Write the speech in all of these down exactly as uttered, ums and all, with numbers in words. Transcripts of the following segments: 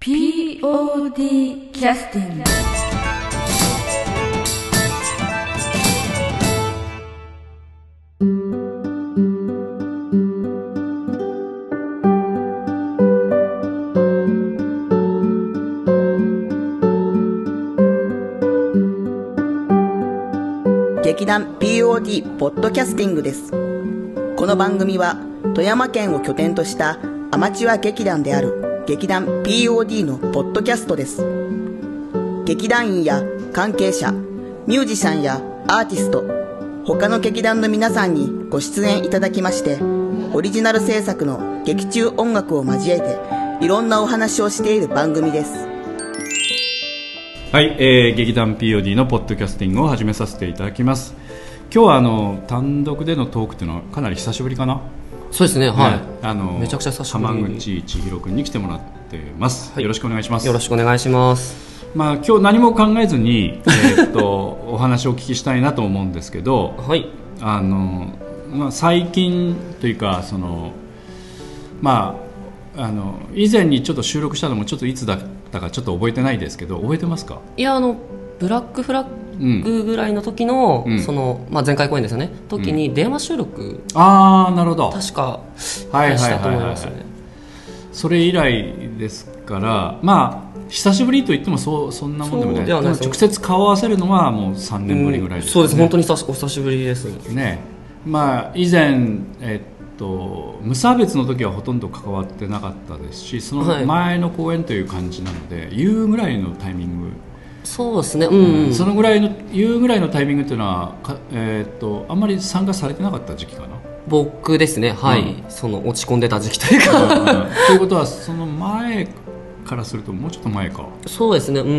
ピーオーディー キャスティング。 劇団 ピーオーディー ポッドキャスティングです。この番組は富山県を拠点としたアマチュア劇団である劇団 ピーオーディー のポッドキャストです。劇団員や関係者、ミュージシャンやアーティスト、他の劇団の皆さんにご出演いただきまして、オリジナル制作の劇中音楽を交えていろんなお話をしている番組です。 はい、えー、劇団 ピーオーディー のポッドキャスティングを始めさせていただきます。今日はあの単独でのトークっていうのはかなり久しぶりかな。 そうですね、はい、 ね、あのめちゃくちゃ久しぶり。 浜口千尋君に来てもらってます、はい、よろしくお願いします。 よろしくお願いします。 まあ、今日何も考えずに、えー、っとお話をお聞きしたいなと思うんですけど、 はい、 あのまあ、最近というかその、まあ、あの以前にちょっと収録したのもちょっといつだったかちょっと覚えてないですけど、覚えてますか？ いや、あのブラックフラッグぐらいの時の、うん、そのまあ、前回公演ですよね時に電話収録、うん、 ああなるほど、 確かはいしたと思いますね。 それ以来ですから、まあ久しぶりといっても そ, そんなもんでもない。でも直接顔を合わせるのはもうさんねんぶりぐらいです、ね、 うん、そうです、本当にお久しぶりですね。まあ、以前、えっと、無差別の時はほとんど関わってなかったですし、その前の公演という感じなので、はい、言うぐらいのタイミング、 そうですね、うんうん、 そのぐらいの言うぐらいのタイミングというのはか、えー、っとあんまり参加されてなかった時期かな。 僕ですね、はい、うん、その落ち込んでた時期というか、 うん、ということはその前からするともうちょっと前か。 そうですね、うん、うん、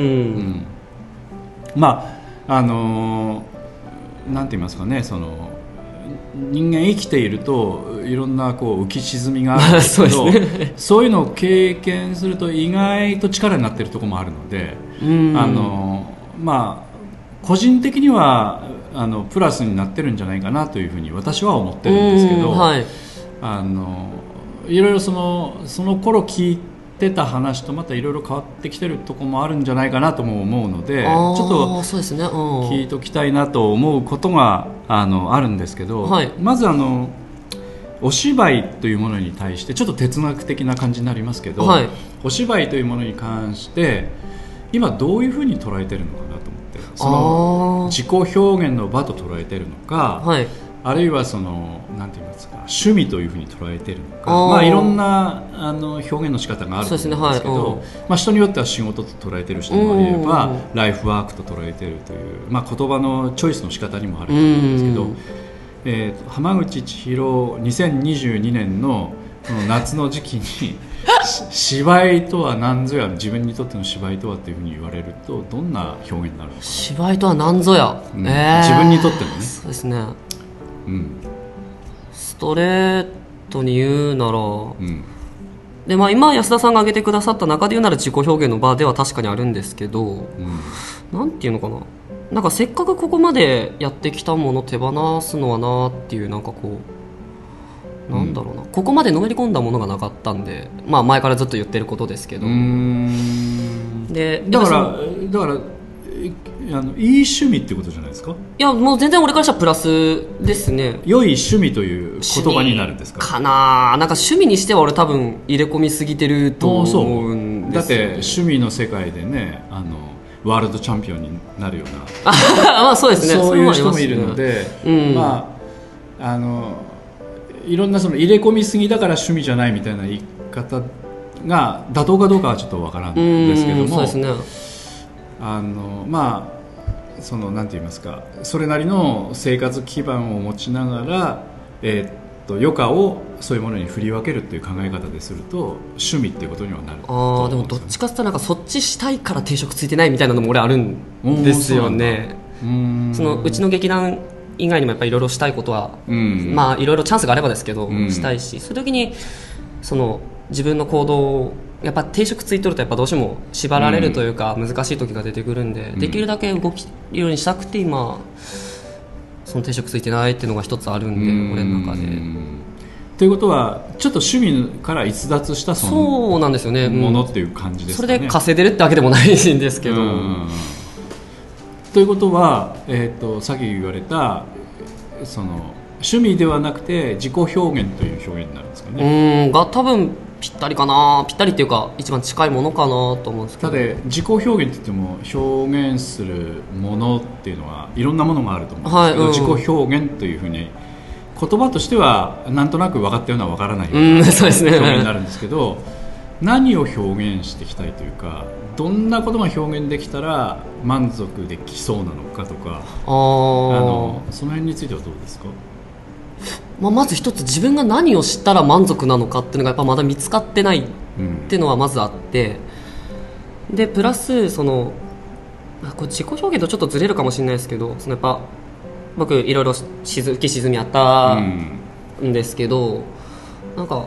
まああのー、なんて言いますかね、その人間生きているといろんなこう浮き沈みがあるんですけどそうですね、そういうのを経験すると意外と力になっているところもあるので、うん、あのまあ個人的にはあのプラスになってるんじゃないかなというふうに私は思ってるんですけど、 はい、 あのいろいろそのその頃聞いてた話とまたいろいろ変わってきてるところもあるんじゃないかなとも思うので、ちょっと聞いておきたいなと思うことが あのあるんですけど、はい、まずあのお芝居というものに対してちょっと哲学的な感じになりますけど、はい、お芝居というものに関して今どういうふうに捉えてるのかなと思って、その自己表現の場と捉えてるのか、はい、あるいはそのなんて言いますか、趣味というふうに捉えているのか、まあ、いろんなあの表現の仕方があると思うんですけど、はい、まあ、人によっては仕事と捉えている人もいればライフワークと捉えているという、まあ、言葉のチョイスの仕方にもあると思うんですけど、えー、浜口千尋にせんにじゅうにねん の, この夏の時期に芝居とは何ぞや、自分にとっての芝居とはというふうに言われるとどんな表現になるのか。 芝居とは何ぞや、 うん、えー、自分にとってのね。 そうですね、 うん、 ストレートに言うなら、 うん、 でまあ、今安田さんが挙げてくださった中で言うなら自己表現の場では確かにあるんですけど、うん、なんていうのかな、なんかせっかくここまでやってきたものを手放すのはなっていう、なんかこうなんだろうな、うん、ここまでのめり込んだものがなかったんで、まあ、前からずっと言ってることですけど、うーんでだからだからあのいい趣味ってことじゃないですか。 いや、もう全然俺からしたらプラスですね。 良い趣味という言葉になるんですか。 かな、なんか趣味にしては俺多分入れ込みすぎてると思うんですよ、ね、 だって趣味の世界でね、あのワールドチャンピオンになるようなまあそうですね、 そういう人もいるので、うん、まああのいろんなその入れ込みすぎだから趣味じゃないみたいな言い方が妥当かどうかはちょっとわからんですけども、 そうですね、 あのまあそのなんて言いますか、それなりの生活基盤を持ちながら、えー、っと余暇をそういうものに振り分けるっていう考え方ですると趣味っていうことにはなると思うんですよね。 あ、でもどっちかって言ったらなんかそっちしたいから定職ついてないみたいなのも俺あるんですよね。 うーん、 そのうちの劇団以外にもやっぱりいろいろしたいことは、うん、まあいろいろチャンスがあればですけど、うん、したいし、そういう時にその自分の行動をやっぱ定職ついとるとやっぱどうしても縛られるというか難しい時が出てくるんで、うん、できるだけ動きるようにしたくて今その定職ついてないっていうのが一つあるんで、うん、俺の中で。 ということはちょっと趣味から逸脱したそのそうなんですよね、 ものっていう感じですかね。 それで稼いでるってわけでもないんですけど、うん、 ということは、えー、とさっき言われたその趣味ではなくて自己表現という表現になるんですかね。 うんが多分ぴったりかな、ぴったりっていうか一番近いものかなと思うんですけど、 ただ自己表現って言っても表現するものっていうのはいろんなものがあると思うんですけど、はい、うん、自己表現というふうに言葉としてはなんとなく分かったような分からないような表現になるんですけど、何を表現していきたいというか、どんなことが表現できたら満足できそうなのかとか、あのその辺についてはどうですか。 まあ、まず一つ自分が何をしたら満足なのかっていうのがやっぱまだ見つかってないっていうのはまずあって、うん、でプラスそのこれ自己表現とちょっとずれるかもしれないですけど、そのやっぱ僕いろいろ浮き沈みあったんですけど、うん、なんか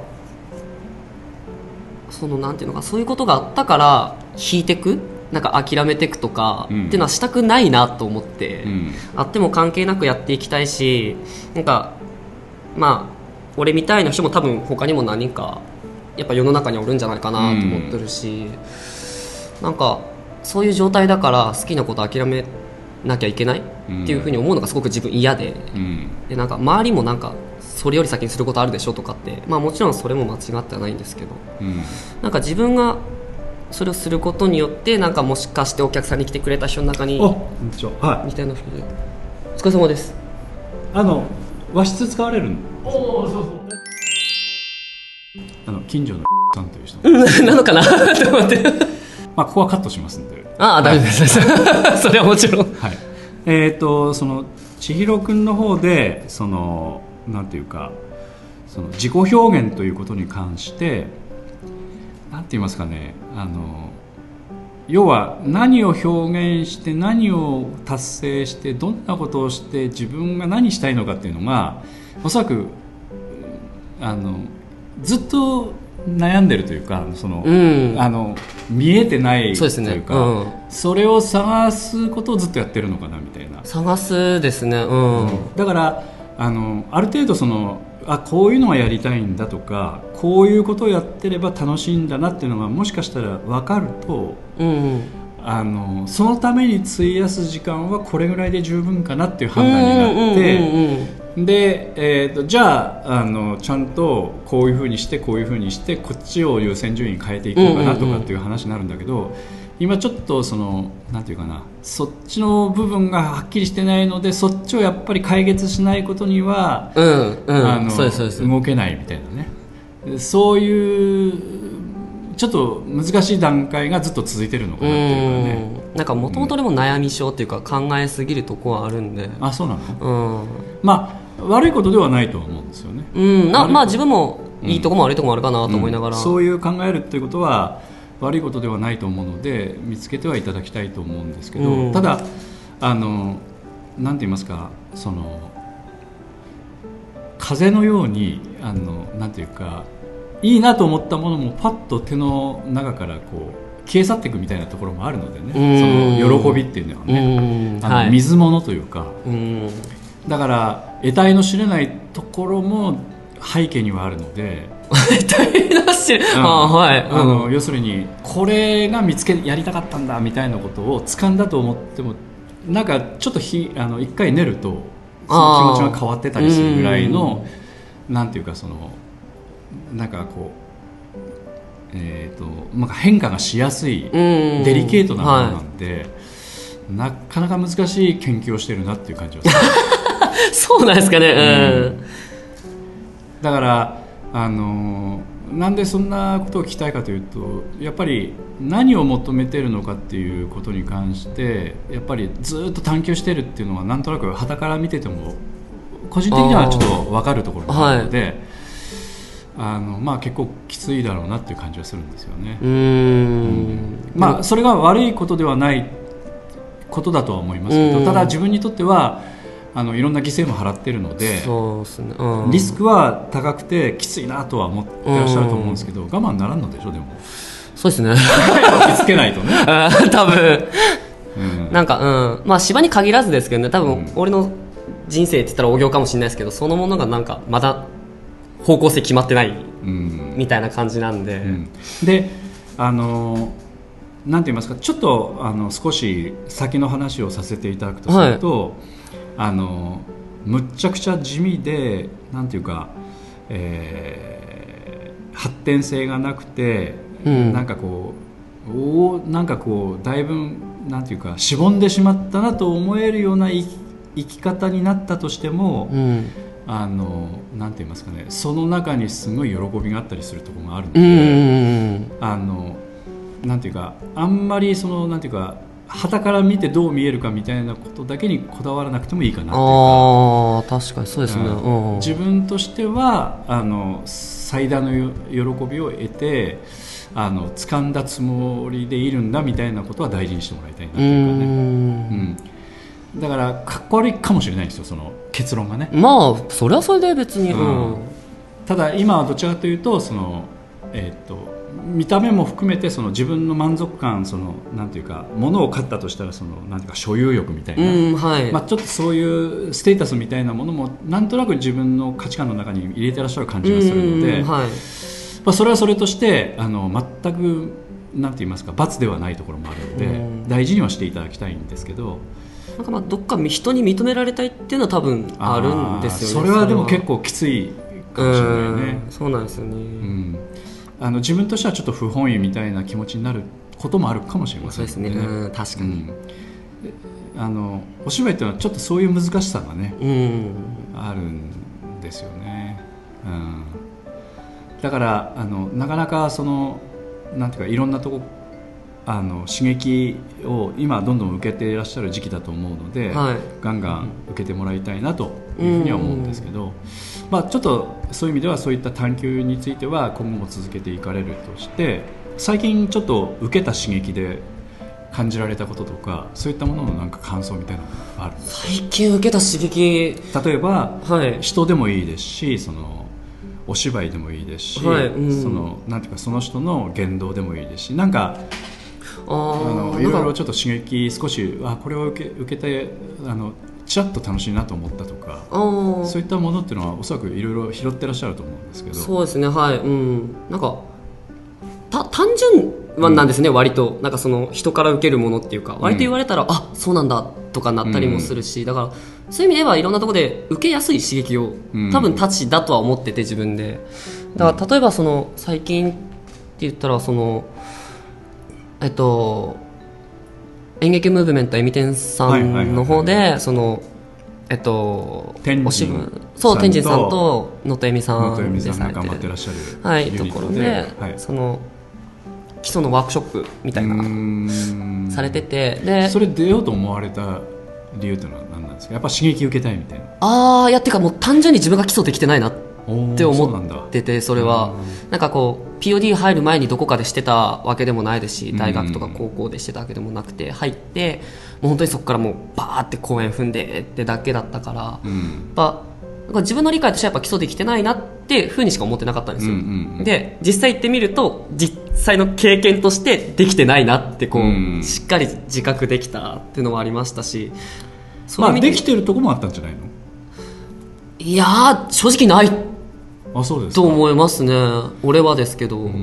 そのなんていうのか、そういうことがあったから引いてく、なんか諦めていくとか、うん、っていうのはしたくないなと思って、うん、あっても関係なくやっていきたいし、なんかまあ俺みたいな人も多分他にも何人かやっぱ世の中におるんじゃないかなと思ってるし、うん、なんかそういう状態だから好きなこと諦めなきゃいけないっていうふうに思うのがすごく自分嫌で、うん、でなんか周りもなんかそれより先にすることあるでしょとかって、まあもちろんそれも間違ってはないんですけど、うん、なんか自分がそれをすることによってなんかもしかしてお客さんに来てくれた人の中にあ、こんにちは、はい、 みたいな人でお疲れ様です。 あの和室使われるんですか。おー、そうそう、あの近所のさんという人なのかなと思ってまあここはカットしますんで。 ああ、大丈夫です、はい、それはもちろん、 はい、えっ、ー、とその千尋くんの方でそのなんていうかその自己表現ということに関してなんて言いますかね、あの要は何を表現して何を達成してどんなことをして自分が何したいのかっていうのがおそらくあのずっと悩んでるというか、その、うん、あの見えてないというか、 そうですね、うん、それを探すことをずっとやってるのかなみたいな。 探すですね、うんうん、 だからあのある程度そのあこういうのがやりたいんだとかこういうことをやってれば楽しいんだなっていうのがもしかしたら分かると、うんうん、あのそのために費やす時間はこれぐらいで十分かなっていう判断になって、うんうんうんうん、で、えーと、じゃあ、あのちゃんとこういうふうにしてこういうふうにしてこっちを優先順位変えていこうかなとかっていう話になるんだけど、うんうんうん、今ちょっとそのなんていうかな、そっちの部分がはっきりしてないのでそっちをやっぱり解決しないことには、うんうん、あのそうですそうです、動けないみたいなね、そういうちょっと難しい段階がずっと続いてるのかなっていうかね。 うん、なんか元々でも悩み症っていうか考えすぎるとこはあるんで、 あ、そうなの、うん、まあ悪いことではないとは思うんですよね、 うん、なまあ自分もいいとこも悪いとこもあるかなと思いながら、 うんうん、そういう考えるっていうことは悪いことではないと思うので見つけてはいただきたいと思うんですけど、うん、ただあのなんて言いますか、その風のようにあのなんていうかいいなと思ったものもパッと手の中からこう消え去っていくみたいなところもあるのでね、その喜びっていうのはね、あの、はい、水物というか、うんだから得体の知れないところも背景にはあるので得体の知れない、うん、あ、はい、うん、あの要するにこれが見つけやりたかったんだみたいなことを掴んだと思ってもなんかちょっとひあの一回練るとその気持ちが変わってたりするぐらいのなんていうかそのなんかこう、えーとまあ、変化がしやすいデリケートなものなんで、はい、なかなか難しい研究をしてるなっていう感じがするそうなんですかね、うん、 だからあのなんでそんなことを聞きたいかというとやっぱり何を求めてるのかっていうことに関してやっぱりずっと探求してるっていうのはなんとなく傍から見てても個人的にはちょっと分かるところがあるので、はい、あのまあ、結構きついだろうなっていう感じはするんですよね。うーん、うん、まあ、それが悪いことではないことだとは思いますけど、ただ自分にとってはあのいろんな犠牲も払っているので、そうですね、うん、リスクは高くてきついなとは思ってらっしゃると思うんですけど、我慢ならんのでしょ。でもそうですね気つけないとね多分、うん、なんか、うん、まあ芝に限らずですけどね、多分、うん、俺の人生って言ったら大行かもしれないですけどそのものがなんかまだ方向性決まってないみたいな感じなんで、うん、 であのなんて言いますか、ちょっとあの少し先の話をさせていただくとすると、はい、あのむっちゃくちゃ地味でなんていうか、えー、発展性がなくて、うん、なんかこうおなんかこうだいぶなんていうかしぼんでしまったなと思えるような生き、生き方になったとしても、うん、あのなんて言いますかね、その中にすごい喜びがあったりするところがあるので、うん、あのなんていうかあんまりそのなんていうか傍から見てどう見えるかみたいなことだけにこだわらなくてもいいかなっていうか、 あ確かにそうですね、 うん、自分としてはあの最大の喜びを得てあの掴んだつもりでいるんだみたいなことは大事にしてもらいたいなというかね、うん、だからかっこ悪いかもしれないんですよ、その結論がね。 まあそれはそれで別に、うんうん、ただ今はどちらかというとその、えー、と見た目も含めてその自分の満足感、そのなんていうか物を買ったとしたらそのなんていうか所有欲みたいな、 うんはいまあ、ちょっとそういうステータスみたいなものもなんとなく自分の価値観の中に入れてらっしゃる感じがするので、 うんはいまあ、それはそれとしてあの全くなんて言いますか罰ではないところもあるので、うん、大事にはしていただきたいんですけど、 なんかまあどっか人に認められたいっていうのは多分あるんですよね。 それはでも結構きついかもしれないね。 うんそうなんですよね、 うんあの自分としてはちょっと不本意みたいな気持ちになることもあるかもしれませんね。 そうですね、うん、確かに、うん、 あのお芝居っていうのはちょっとそういう難しさがね、うん、あるんですよね、うん、だからあのなかなかそのなんていうかいろんなとこあの刺激を今どんどん受けていらっしゃる時期だと思うので、はい、ガンガン受けてもらいたいなというふうには思うんですけど、まあ、ちょっとそういう意味ではそういった探求については今後も続けていかれるとして、最近ちょっと受けた刺激で感じられたこととかそういったもののなんか感想みたいなのがあるんですか？ 最近受けた刺激、 例えば、 はい、 人でもいいですし、そのお芝居でもいいですし、 はいうん、 そのなんていうかその人の言動でもいいですし、なんかあのいろいろちょっと刺激少しあこれを受け、受けてあのちらっと楽しいなと思ったとか、そういったものっていうのはおそらくいろいろ拾ってらっしゃると思うんですけど。 そうですねはい、うん、なんかた単純なんですね、うん、割となんかその人から受けるものっていうか割と言われたら、うん、あそうなんだとかなったりもするし、うん、だからそういう意味ではいろんなところで受けやすい刺激を、うん、多分たちだとは思ってて自分で、だから例えばその最近って言ったらそのえっと演劇ムーブメントえみてんさんの方でそのえっと天神そう天神さんと能登えみさんでされて頑張ってらっしゃるはいところで、はい、その基礎のワークショップみたいなされてて、でそれ出ようと思われた理由っていうのは何なんですか？やっぱ刺激受けたいみたいな。 ああいやってかもう単純に自分が基礎できてないなって思ってて、それはなんかこう ピーオーディー 入る前にどこかでしてたわけでもないですし、大学とか高校でしてたわけでもなくて、入ってもう本当にそこからもうバーって公演踏んでってだけだったから、やっぱ自分の理解としてはやっぱ基礎できてないなっていうふうにしか思ってなかったんですよ、うんうんうん、で実際行ってみると実際の経験としてできてないなってこう、うん、しっかり自覚できたっていうのもありましたし、 まあできてるとこもあったんじゃないの？ いやー正直ないあそうですかと思いますね、俺はですけど、 うん、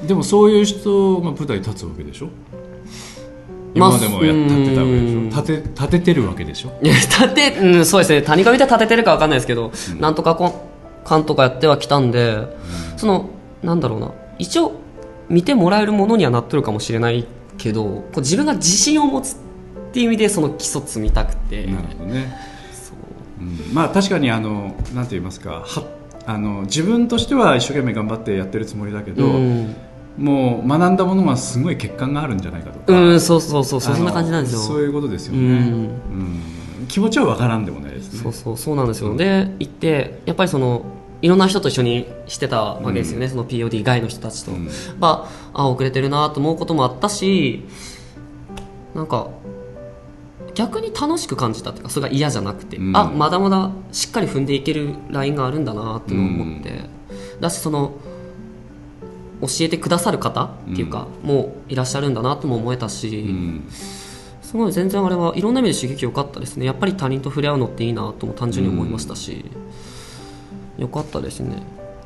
でもそういう人が舞台立つわけでしょ？今までもや立ってたわけでしょ？立て、立ててるわけでしょ？ いや立て、うん、そうですね、谷上で立ててるか分かんないですけど、うん、なんとかかんとかやってはきたんで、うん、そのなんだろうな、一応見てもらえるものにはなってるかもしれないけど、こう自分が自信を持つっていう意味でその基礎積みたくて。 なるほどね。そう、うん、まあ確かにあのなんて言いますか、はあの自分としては一生懸命頑張ってやってるつもりだけど、うんもう学んだものはすごい欠陥があるんじゃないかとか、 うんそうそうそうそんな感じなんですよ。 そういうことですよね、うんうん、気持ちは分からんでもないですね。 そうそうそうなんですよ、うん、で行ってやっぱりそのいろんな人と一緒にしてたわけですよね、うん、その ピーオーディー 外の人たちと、うん、まあ、あ遅れてるなと思うこともあったし、なんか逆に楽しく感じたっていうか、それが嫌じゃなくて、うん、あまだまだしっかり踏んでいけるラインがあるんだなっていうのを思って、うん、だしその教えてくださる方っていうか、うん、もういらっしゃるんだなとも思えたし、うん、すごい全然あれはいろんな意味で刺激良かったですね。やっぱり他人と触れ合うのっていいなとも単純に思いましたし、うん、よかったですね。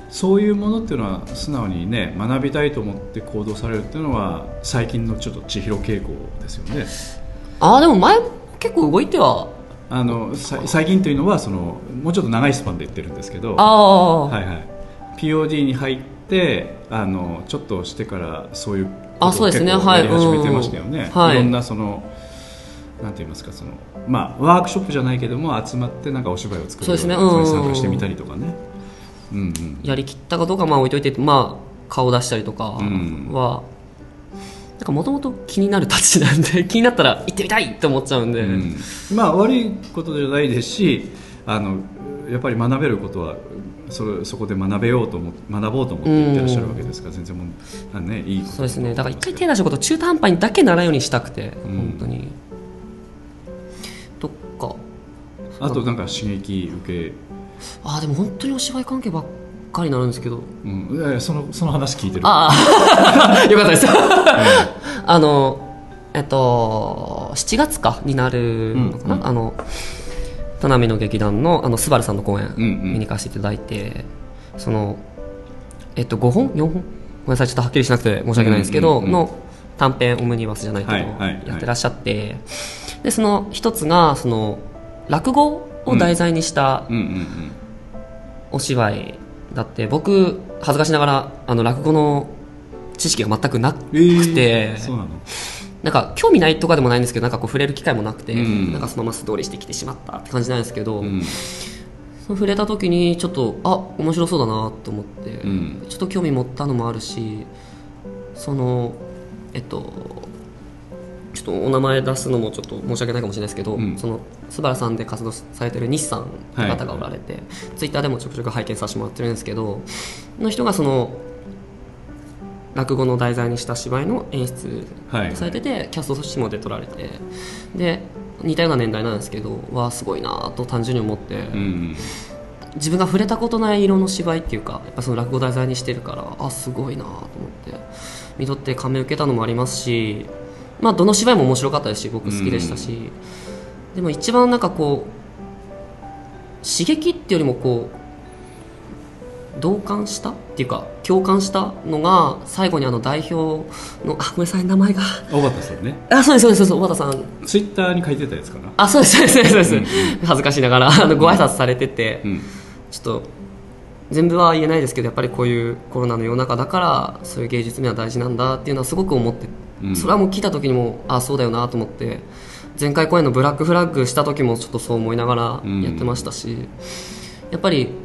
そういうものっていうのは素直にね学びたいと思って行動されるっていうのは最近のちょっと千尋傾向ですよね。 ああでも前結構動いてはあの最近というのはそのもうちょっと長いスパンで言ってるんですけど、 ああ、 はいはい、ピーオーディー に入ってあのちょっとしてからそういうことを結構やり始めてましたよね。 はい、 いろんなそのなんて言いますかその、まあ、ワークショップじゃないけども集まってなんかお芝居を作る、そうですね、うん、それに参加してみたりとかね、うんうん、 やりきったかどうかまあ置いといて、まあ、顔出したりとかは、うん、なんかもともと気になるたちなんで気になったら行ってみたいって思っちゃうんで、うん、 まあ悪いことじゃないですしあのやっぱり学べることはそれそこで学べようと思学ぼうと思っていってらっしゃるわけですから、全然もう、ね、いいことそうですね。だから一回手出したこと中途半端にだけならんようにしたくて、うん、本当にとかあとなんか刺激受けあでも本当にお芝居関係ばっかりになるんですけど、 うん、いやいやそのその話聞いてるああよかったです、うん、あのえっとしちがつかになるのかな、うんうん、あの田波の劇団のあのスバルさんの公演見に行かせていただいて、うんうん、そのえっとごほんよんほんごめんなさいちょっとはっきりしなくて申し訳ないんですけど、うんうんうん、の短編オムニバスじゃないけど、はいはいはい、やってらっしゃって、でその一つがその落語を題材にしたお芝居だって、僕恥ずかしながらあの落語の知識が全くなくて、えー、そうなのなんか興味ないとかでもないんですけどなんかこう触れる機会もなくて、うん、なんかそのまま素通りしてきてしまったって感じなんですけど、うん、その触れた時にちょっとあ面白そうだなと思って、うん、ちょっと興味持ったのもあるし、そのえっとちょっとお名前出すのもちょっと申し訳ないかもしれないですけど、うん、そのスバルさんで活動されてる西さんって方がおられて、はい、ツイッターでもちょくちょく拝見させてもらってるんですけど、の人がその落語の題材にした芝居の演出されてて、はい、キャストとしても出とられて、で似たような年代なんですけどわすごいなと単純に思って、うん、自分が触れたことない色の芝居っていうかやっぱその落語題材にしてるからあすごいなと思って見とって感銘を受けたのもありますし、まあ、どの芝居も面白かったですし僕好きでしたし、うん、でも一番なんかこう刺激っていうよりもこう同感したっていうか共感したのが最後にあの代表のあごめんなさい名前が小畑さんね。 あそうですそうです小畑さんツイッターに書いてたやつかな。 あそうですそうですそうです、うんうん、恥ずかしながらあのご挨拶されてて、うん、ちょっと全部は言えないですけどやっぱりこういうコロナの世の中だからそういう芸術には大事なんだっていうのはすごく思って、うん、それはもう聞いた時にもあそうだよなと思って前回公演のブラックフラッグした時もちょっとそう思いながらやってましたし、うん、やっぱり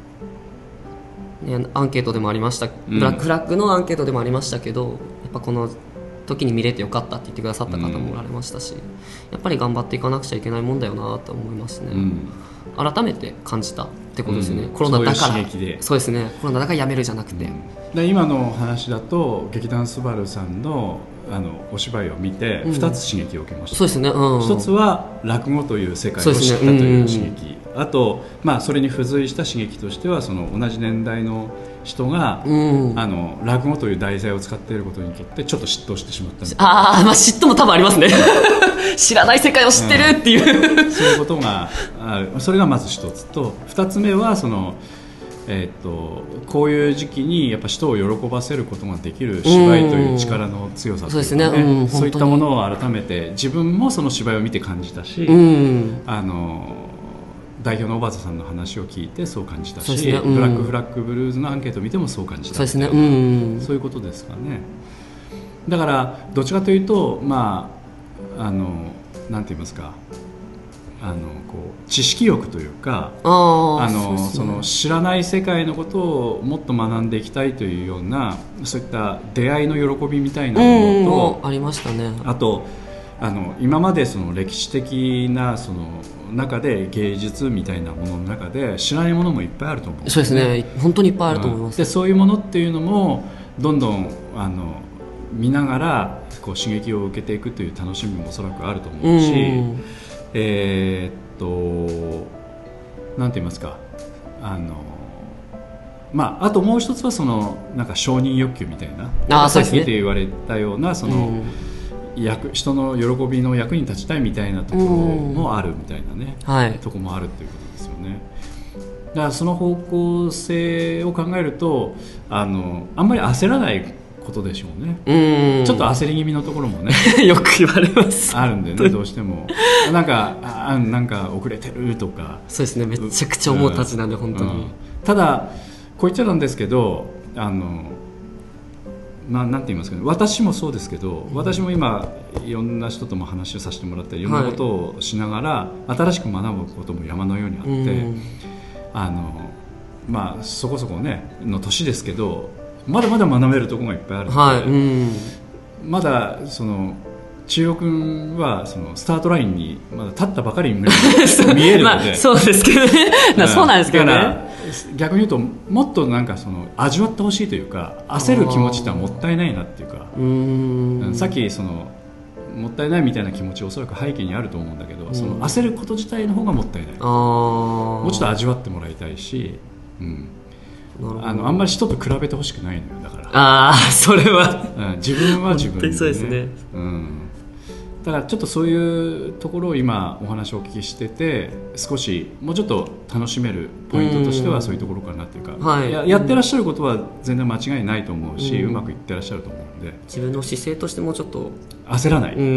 ね、アンケートでもありました、ブラックフラッグのアンケートでもありましたけど、やっぱこの時に見れてよかったって言ってくださった方もおられましたし、やっぱり頑張っていかなくちゃいけないもんだよなと思いますね、うん、改めて感じたってことですよね、うん、コロナだからそういう刺激でそうですねコロナだからやめるじゃなくて、うん、 で今の話だと劇団スバルさんのあのお芝居を見てふたつ刺激を受けました、 うん、そうですね、うん、 ひとつは落語という世界を知ったという刺激、ねうん、あと、まあ、それに付随した刺激としてはその同じ年代の人が、うん、あの落語という題材を使っていることにとってちょっと嫉妬してしまったみたいなあ、まあ、嫉妬も多分ありますね知らない世界を知ってるっていう、 うん、そういうことがある。それがまず一つとふたつめはそのえー、とこういう時期にやっぱ人を喜ばせることができる芝居という力の強さというか、ね、そうですね、うん、そういったものを改めて自分もその芝居を見て感じたし、うん、あの代表の小畑さんの話を聞いてそう感じたし、ねうん、ブラックフラッグブルーズのアンケートを見てもそう感じたそうですね、うん、そういうことですかね。だからどっちかというと、まあ、あのなんて言いますかあのこう知識欲というかあの そ, その知らない世界のことをもっと学んでいきたいというようなそういった出会いの喜びみたいなものと、 ありましたね。 あとあの今までその歴史的なその中で芸術みたいなものの中で知らないものもいっぱいあると思うんですね。 そうですね、本当にいっぱいあると思います、 うん、でそういうものっていうのもどんどんあの見ながらこう刺激を受けていくという楽しみもおそらくあると思うし、うんえー、っとなんて言いますかあの、まあ、あともう一つはそのなんか承認欲求みたいなあさっきで言われたようなその、うん、役人の喜びの役に立ちたいみたいなところもあるみたいなね、うんはい、ところもあるということですよね。 だからその方向性を考えると あのあんまり焦らないことでしょうね。うん、ちょっと焦り気味のところもねよく言われますあるんでね、どうしてもなんかあなんか遅れてるとか。 そうですね、めちゃくちゃ思うたちなんで、うん、本当に、うん、 ただこう言っちゃなんですけど、あのまあ、なんて言いますかね、私もそうですけど、私も今いろんな人とも話をさせてもらっていろんなことをしながら、はい、新しく学ぶことも山のようにあって、うん、あのまあ、そこそこねの年ですけどまだまだ学べるところがいっぱいあるので、はい、うん、まだその千代君はそのスタートラインにまだ立ったばかりに見えるのでまあ、 そうですけどねそうなんですけどね。 逆に言うともっとなんかその味わってほしいというか、焦る気持ちってのはもったいないなっていうか、うーん、さっきそのもったいないみたいな気持ちおそらく背景にあると思うんだけど、その焦ること自体の方がもったいない。あもうちょっと味わってもらいたいし、うん、あのあんまり人と比べてほしくないのよ。だからあそれは、 うん、自分は自分で、ね、 そうですね、 うん、だからちょっとそういうところを今お話をお聞きしてて、少しもうちょっと楽しめるポイントとしてはそういうところかなっていうか、はい、や, やってらっしゃることは全然間違いないと思うし、う, うまくいってらっしゃると思うんで、 自分の姿勢としてもうちょっと焦らない、うん、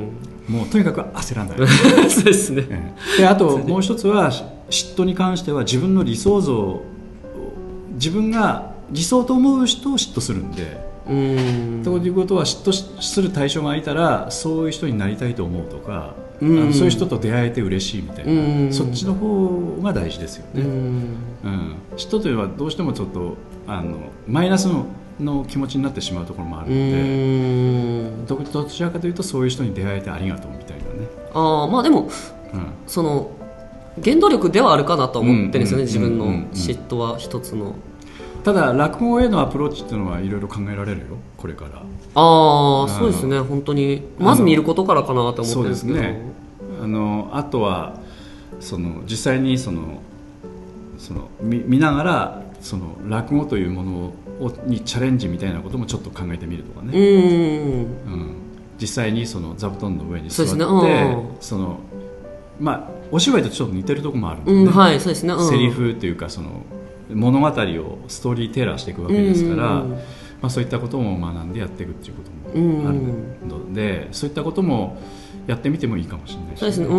もうとにかく焦らないそうですね、 であともう一つは嫉妬に関しては自分の理想像、自分が理想と思う人を嫉妬するんで、うんということは嫉妬する対象がいたらそういう人になりたいと思うとか、うん、あのそういう人と出会えて嬉しいみたいな、うん、そっちの方が大事ですよね、うんうん、嫉妬というのはどうしてもちょっとあのマイナス の, の気持ちになってしまうところもあるので、うん ど, どちらかというとそういう人に出会えてありがとうみたいなね。 あまあでも、うん、その原動力ではあるかなと思ってるんですよね、自分の嫉妬は一つの。 ただ落語へのアプローチっていうのはいろいろ考えられるよ、これから。 ああそうですね、本当にまず見ることからかなと思ってるんですけど。そうですね、 あのあとはその実際にそのその 見, 見ながらその落語というものをにチャレンジみたいなこともちょっと考えてみるとかね、うん、うん、実際にその座布団の上に座って そ,、ね、そのまあお芝居とちょっと似てるところもあるんで、ね、うん、はい、そうですね、うん、セリフというかその物語をストーリーテラーしていくわけですから、うんうんうん、まあ、そういったことも学んでやっていくっていうこともあるので、うんうん、そういったこともやってみてもいいかもしれないし、ね、 そうですね、うん、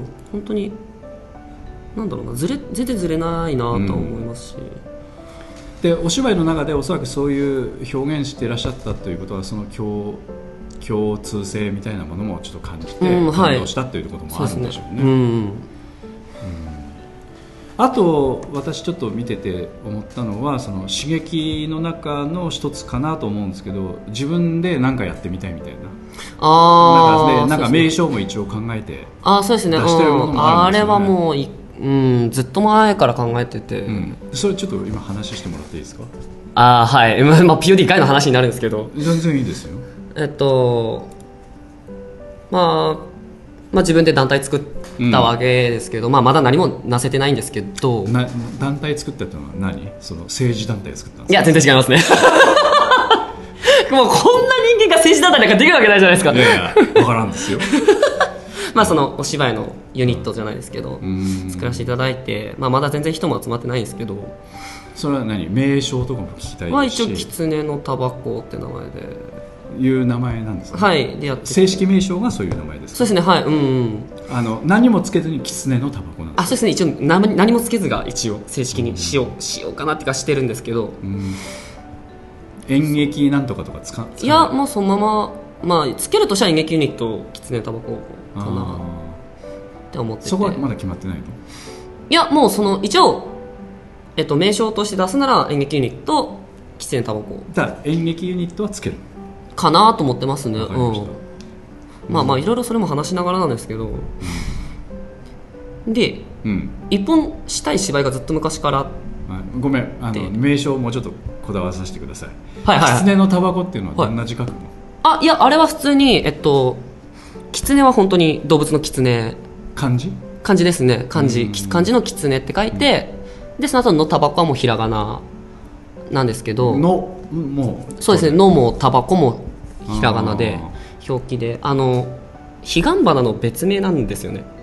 本当になんだろうな、ずれ全然ずれないなと思いますし、うん、 でお芝居の中でおそらくそういう表現していらっしゃったということはその共共通性みたいなものもちょっと感じて感動したということもあるんでしょうね。うん、うん、あと私ちょっと見てて思ったのはその刺激の中の一つかなと思うんですけど、自分で何かやってみたいみたいな、あなんか、ね、なんか名称も一応考えてあそうですね、出してるものもあるんですよね、うん、あれはもうい、うん、ずっと前から考えてて、うん、 それちょっと今話してもらっていいですか。 あはい、まあ、ピーオーディー 外の話になるんですけど全然いいですよ。 えっとまあまあ、自分で団体作ったわけですけど、うん、まあ、まだ何もなせてないんですけど。 な団体作ったってのは何？その政治団体を作ったんですか？ いや全然違いますねもうこんな人間が政治団体なんかできるわけないじゃないですか。 いやいや分からんですよまあそのお芝居のユニットじゃないですけど、うん、作らせていただいて、まあ、まだ全然人も集まってないんですけど。 それは何？名称とかも聞きたいし、 まあ、一応狐のタバコって名前でいう名前なんですか、ね、 はいでやって正式名称がそういう名前ですか。 そうですね、はい、うん、うん、 あの何もつけずに狐のタバコなんですか。 あそうですね、一応何, 何もつけずが一応正式にしよう、うん、しようかなってかしてるんですけど、うん、 演劇なんとかとか使う？ いやもうそのまま、まあ、つけるとしたら演劇ユニット狐のタバコかなって思ってて。 そこはまだ決まってないの？ いやもうその一応、えっと、名称として出すなら演劇ユニット狐のタバコだから演劇ユニットはつけるかなと思ってますね。ま, うん、まあまあいろいろそれも話しながらなんですけど、うん、で、うん、一本したい芝居がずっと昔から、はい、 ごめんあの名称をもうちょっとこだわらさせてください。はいはいはい、狐のタバコっていうのはどんな字書くの？はい、 あいやあれは普通にえっと狐は本当に動物の狐、 漢字漢字ですね、漢字漢字の狐って書いて、うん、でその後のタバコはもうひらがななんですけど、 のもうそうですね、のもタバコもひらがなで表記で、あの彼岸花の別名なんですよね。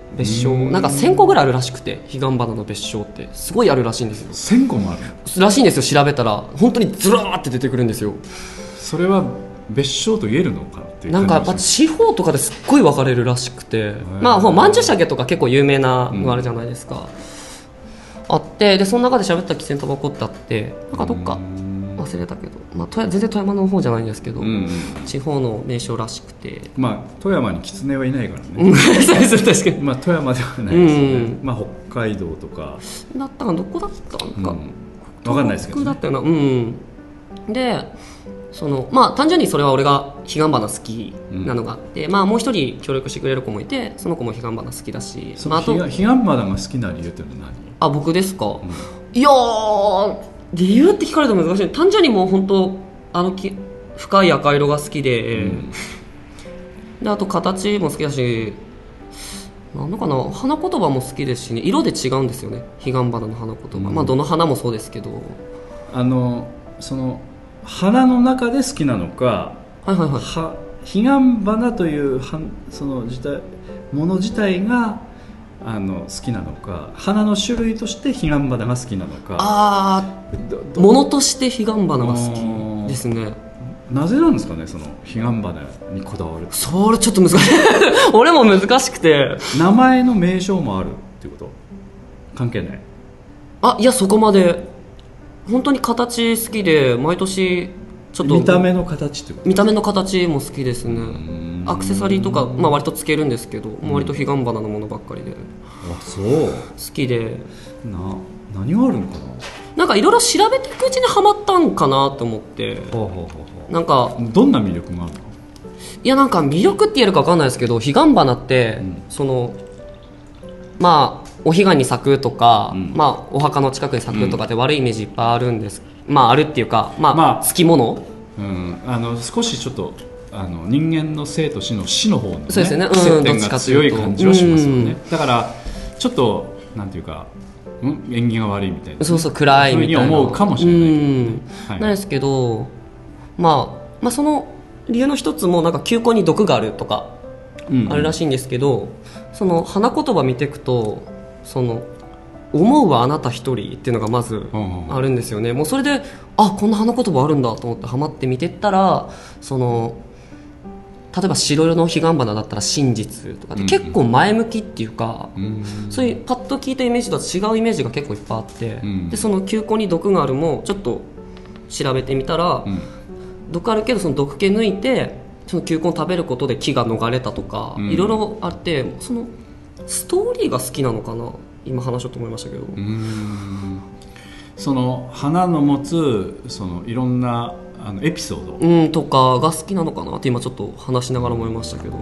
別称なんかせんこぐらいあるらしくて、彼岸花の別称ってすごいあるらしいんですよ。 せんこもあるらしいんですよ。調べたら本当にずらーって出てくるんですよ。 それは別称と言えるのかっていうなんかやっぱ地方とかですっごい分かれるらしくて、まあまんじゅうしゃけとか結構有名なのあるじゃないですか、うん、あって、でその中で喋った喫煙タバコってあって、なんかどっか忘れたけど、まあ、全然富山の方じゃないんですけど、うんうん、地方の名称らしくて、 まあ富山に狐はいないからねそうです確かに、 まあ富山ではないですよね、うん、まあ北海道とかだったかどこだったのか、うん、 分かんないですけど、ね、 だったよな、うん、でそのまあ単純にそれは俺が彼岸花好きなのがあって、うん、まあもう一人協力してくれる子もいて、その子も彼岸花好きだし、 その、まあ、あと彼岸花が好きな理由っていうのは何？ あ、僕ですか、うん、いやー理由って聞かれたら難しい。単純にもう本当あのき深い赤色が好きで、うん、であと形も好きだし、なんのかな、花言葉も好きですしね、色で違うんですよね、彼岸花の花言葉、うん、まあどの花もそうですけど、 あのその花の中で好きなのか、 はいはいはい、 は彼岸花というはその自体もの自体があの好きなのか、花の種類として彼岸花が好きなのか。 ああ、ものとして彼岸花が好きですね。 なぜなんですかね、その彼岸花にこだわる。 それちょっと難しい俺も難しくて。 名前の名称もあるっていうこと？関係ない？ あ、いやそこまで本当に形好きで、毎年ちょっと見た目の形ってこと？ 見た目の形も好きですね。アクセサリーとか、まあ、割とつけるんですけど、うん、割と彼岸花のものばっかりで、 あ、そう好きで、 な何があるのかな。 なんかいろいろ調べていくうちにハマったんかなと思って、ほうほうほうほう、なんかどんな魅力があるの？ いやなんか魅力って言えるか分かんないですけど、彼岸花って、うん、そのまあお彼岸に咲くとか、うん、まあ、お墓の近くに咲くとかって悪いイメージいっぱいあるんです、うん、まああるっていうか、まあ、まあ、好きもの、 うん、あの少しちょっとあの人間の生と死の死の方の、ね、 そうですよね、 接点が強い感じはしますよね、うん、だからちょっとなんていうか、うん、縁起が悪いみたいな、ね、 そうそう暗いみたいなそういうふうに思うかもしれないけど、うんはい、なんですけど、まあ、まあその理由の一つもなんか球根に毒があるとかあるらしいんですけど、うんうん、その花言葉見ていくと、その思うはあなた一人っていうのがまずあるんですよね、うんうん、もうそれであこんな花言葉あるんだと思ってハマって見てったら、その例えば白色の彼岸花だったら真実とかって結構前向きっていうか、うんうん、そういうパッと聞いたイメージとは違うイメージが結構いっぱいあって、うん、でその球根に毒があるもちょっと調べてみたら、うん、毒あるけどその毒気抜いてその球根を食べることで気が逃れたとか、うん、いろいろあって、そのストーリーが好きなのかな、今話しようと思いましたけど、うーん、 その花の持つそのいろんなあのエピソード、 うん、とかが好きなのかなって今ちょっと話しながら思いましたけど、なる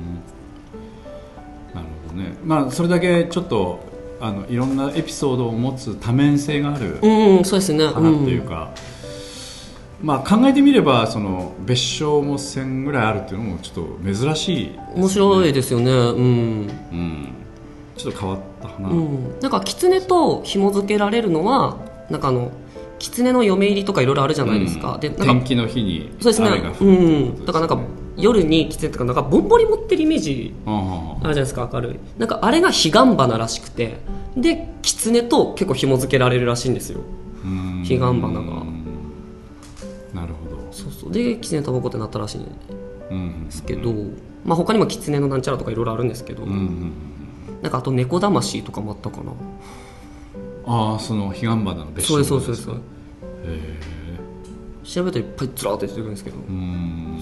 ほどね、まあ、それだけちょっとあのいろんなエピソードを持つ多面性がある花というか、まあ、考えてみればその別称もせんぐらいあるっていうのもちょっと珍しいですね。 面白いですよね、うんうん、 ちょっと変わった花、 うん、なんか狐と紐付けられるのはなんかあの狐の嫁入りとかいろいろあるじゃないですか、うん、でなんか天気の日に雨が降る、うん、だからなんか夜に狐とかなんかボンボリ持ってるイメージあるじゃないですか、明るいなんかあれが彼岸花らしくて、で狐と結構紐付けられるらしいんですよ、彼岸花が。 なるほど。 そうそう、で狐タバコってなったらしいんですけど、うんうんうん、まあ、他にも狐のなんちゃらとかいろいろあるんですけど、うんうんうん、なんかあと猫魂とかもあったかな。 ああ、その彼岸花の別称ですか。 そうですそうです。へー、調べたらいっぱいずらーって出てくるんですけど、うん、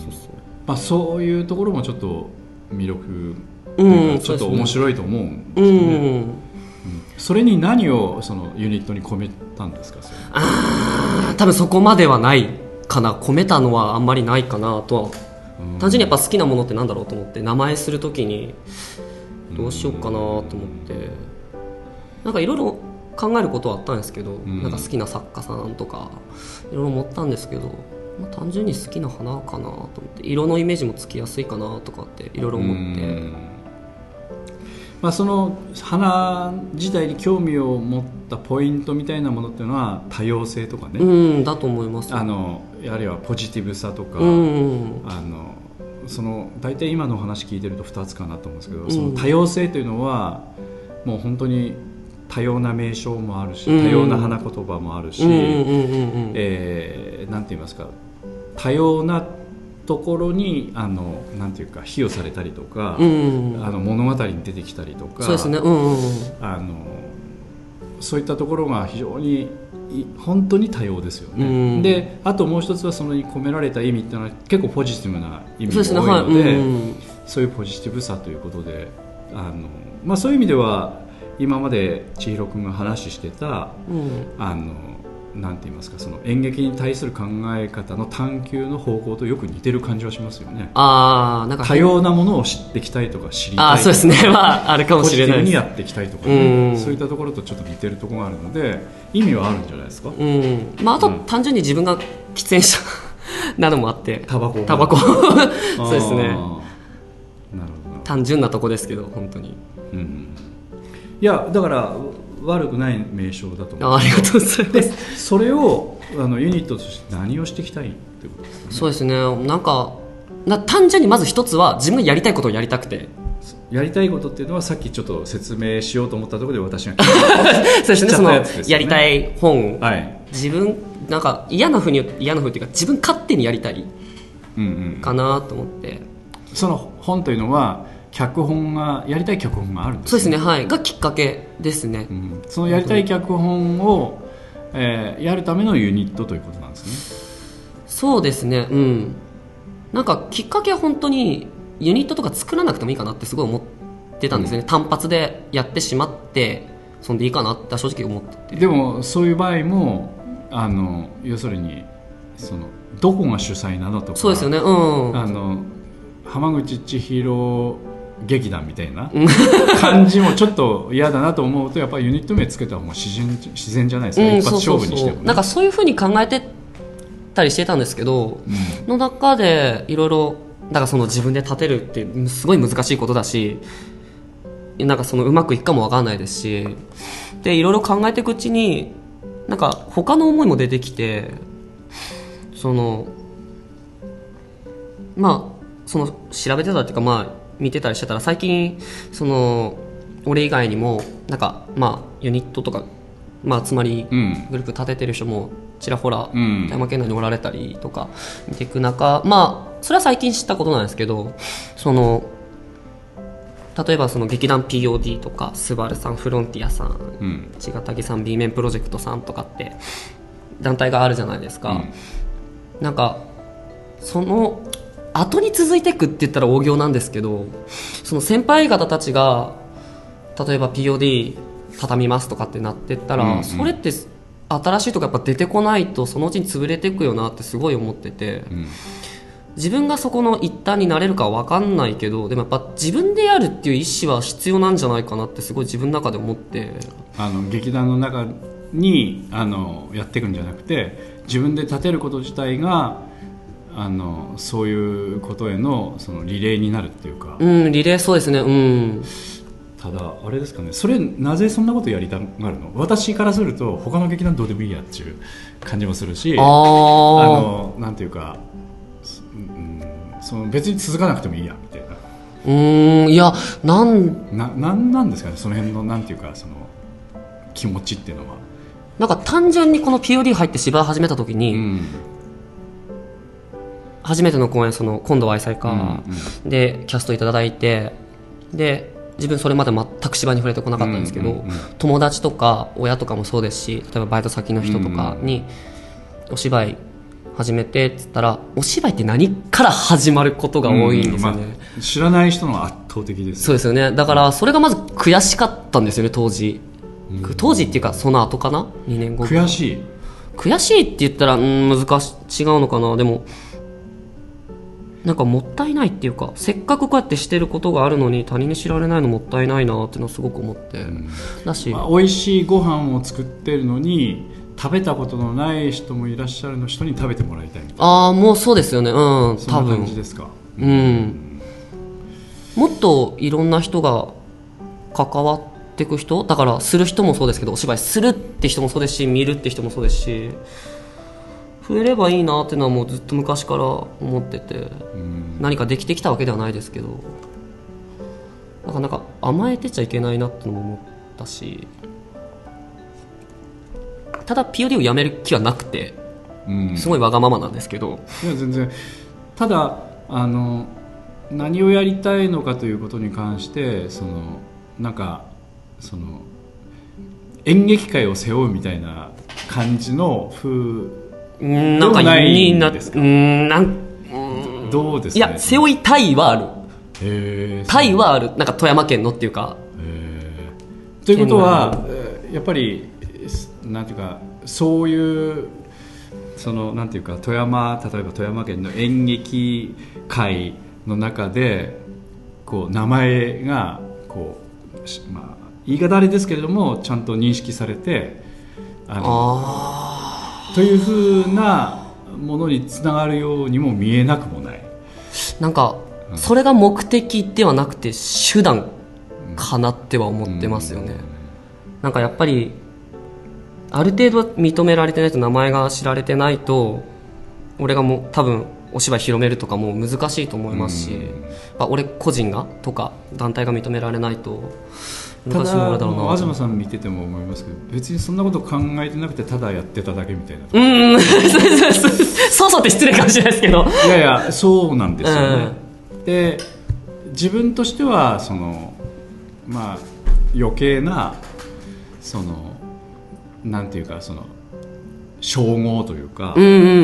そうそう、まあ、そういうところもちょっと魅力というか、ちょっと面白いと思うんですよね、うんうん、それに何をそのユニットに込めたんですか。それあ多分そこまではないかな、込めたのはあんまりないかなとは、うん、単純にやっぱ好きなものってなんだろうと思って名前するときにどうしようかなと思って、うん、なんかいろいろ考えることはあったんですけど、うん、なんか好きな作家さんとかいろいろ思ったんですけど、まあ、単純に好きな花かなと思って、色のイメージもつきやすいかなとかっていろいろ思って、うん、 まあ、その花自体に興味を持ったポイントみたいなものっていうのは多様性とかね、 うん、だと思います。 あのあるいはポジティブさとか、うん、あのその大体今のお話聞いてるとふたつかなと思うんですけど、うん、その多様性というのはもう本当に多様な名称もあるし、うん、多様な花言葉もあるし、なんて言いますか、多様なところにあのなんていうか比喩されたりとか、うんうん、あの物語に出てきたりとか、 そうですね、うんうん、 あのそういったところが非常に本当に多様ですよね、うん、であともう一つはそのに込められた意味っていうのは結構ポジティブな意味が多いので、 そうですね、はい、うん、そういうポジティブさということで、あの、まあ、そういう意味では今まで千尋君が話してた、うん、あのなんて言いますか、その演劇に対する考え方の探求の方向とよく似てる感じはしますよね。 あ、なんか多様なものを知っていきたいとか知りたいとか、 あ、そうですね、まあ、あるかもしれないです。 ポジティブにやっていきたいとか、ね、そういったところとちょっと似てるところがあるので意味はあるんじゃないですか。うん、 まあ、あと単純に自分が喫煙者などもあって、 タバコタバコそうですね、なるほど、単純なとこですけど本当に、うん、 いやだから悪くない名称だと思う。 あ, ありがとうございます。 でそれをあのユニットとして何をしていきたいってことですかね。 そうですね、なんかな単純にまず一つは自分がやりたいことをやりたくて、 やりたいことっていうのはさっきちょっと説明しようと思ったところで私がそうですね、そのやりたい本、 はい、 自分なんか嫌なふうに嫌なふうっていうか自分勝手にやりたいかなと思って、うんうん、 その本というのは脚本がやりたい脚本があるんですね。 そうですね、はい、がきっかけですね、 うん、そのやりたい脚本を、えー、やるためのユニットということなんですね。 そうですね、うん、なんかきっかけは本当にユニットとか作らなくてもいいかなってすごい思ってたんですね、うん、単発でやってしまってそんでいいかなって正直思ってて。 でもそういう場合もあの要するにそのどこが主催なのとか、 そうですよね、うん、 あの浜口千尋劇団みたいな感じもちょっと嫌だなと思うとやっぱりユニット名つけた方が自然、自然じゃないですか、うん、一発勝負にしても、ね、そうそうそう、 なんかそういう風に考えてたりしてたんですけど、うん、の中でいろいろだからその自分で立てるってすごい難しいことだし、なんかそのうまくいくかも分かんないですし、でいろいろ考えていくうちになんか他の思いも出てきて、そのまあその調べてたっていうか、まあ見てたりしてたら最近その俺以外にもなんかまあユニットとか、まあ、つまりグループ立ててる人もちらほら富山県内におられたりとか見ていく中、まあそれは最近知ったことなんですけど、その例えばその劇団 ピーオーディー とかスバルさん、フロンティアさん、うん、ちがたぎさん、 B 面プロジェクトさんとかって団体があるじゃないですか、うん、なんかその後に続いていくって言ったら大行なんですけど、その先輩方たちが例えば ピーオーディー 畳みますとかってなってったら、うんうん、それって新しいとこやっぱ出てこないとそのうちに潰れていくよなってすごい思ってて、うん、自分がそこの一端になれるかは分かんないけど、でもやっぱ自分でやるっていう意思は必要なんじゃないかなってすごい自分の中で思って、 あの劇団の中にあのやっていくんじゃなくて自分で立てること自体があのそういうことへ の, そのリレーになるっていうか、 うん、リレー、そうですね、うん、 ただあれですかね、それなぜそんなことやりたがるの？私からすると他の劇団どうでもいいやっていう感じもするし、あのなんていうか、うん、その別に続かなくてもいいやみたいな、 うーん、いや、なんな、なんなんですかね、その辺のなんていうかその気持ちっていうのは。 なんか単純にこの ピーオーディー 入って芝居始めた時に、うん、初めての公演、その今度は愛妻家、うんうん、でキャストいただいて、で自分それまで全く芝居に触れてこなかったんですけど、うんうんうん、友達とか親とかもそうですし、例えばバイト先の人とかにお芝居始めてって言ったら、お芝居って何から始まることが多いんですよね、うん、まあ、知らない人の圧倒的です。 そうですよね。だからそれがまず悔しかったんですよね、当時、うん、当時っていうかその後かな、にねんご悔しい悔しいって言ったら、うん、難し違うのかな。でもなんかもったいないっていうか、せっかくこうやってしてることがあるのに他人に知られないのもったいないなっていうのはすごく思って、うん、だし、 まあ、美味しいご飯を作ってるのに食べたことのない人もいらっしゃるの人に食べてもらいたいみたいな。 ああ、もうそうですよね、うん、多分そんな感じですか、 うん、うん、もっといろんな人が関わっていく人だから、する人もそうですけど、お芝居するって人もそうですし、見るって人もそうですし、 増えればいいなっていうのはもうずっと昔から思ってて、うん、何かできてきたわけではないですけど、なかなか甘えてちゃいけないなってのも思ったし、ただ ピーオーディー をやめる気はなくて、うん、すごいわがままなんですけど、 いや全然、ただあの何をやりたいのかということに関してそのなんかその演劇界を背負うみたいな感じの風でもないんですか？ うんなんどうですかね。 いや背負いたいはある。 へー、 たいはある。なんか富山県のっていうか。 へーということはやっぱりなんていうかそういうそのなんていうか富山例えば富山県の演劇界の中でこう名前がこう、まあ、言い方あれですけれどもちゃんと認識されてあのあというふうなものにつながるようにも見えなくもない。 なんか、うん、それが目的ではなくて手段かなっては思ってますよね、うん、なんかやっぱりある程度認められてないと名前が知られてないと俺がもう多分お芝居広めるとかも難しいと思いますし、うん、俺個人がとか団体が認められないと難しいものだろうな。 ただ東さん見てても思いますけど別にそんなこと考えてなくてただやってただけみたいな。 うんそうそうって失礼かもしれないですけどいやいやそうなんですよね、うん、で自分としてはそのまあ余計なそのなんていうかその称号というか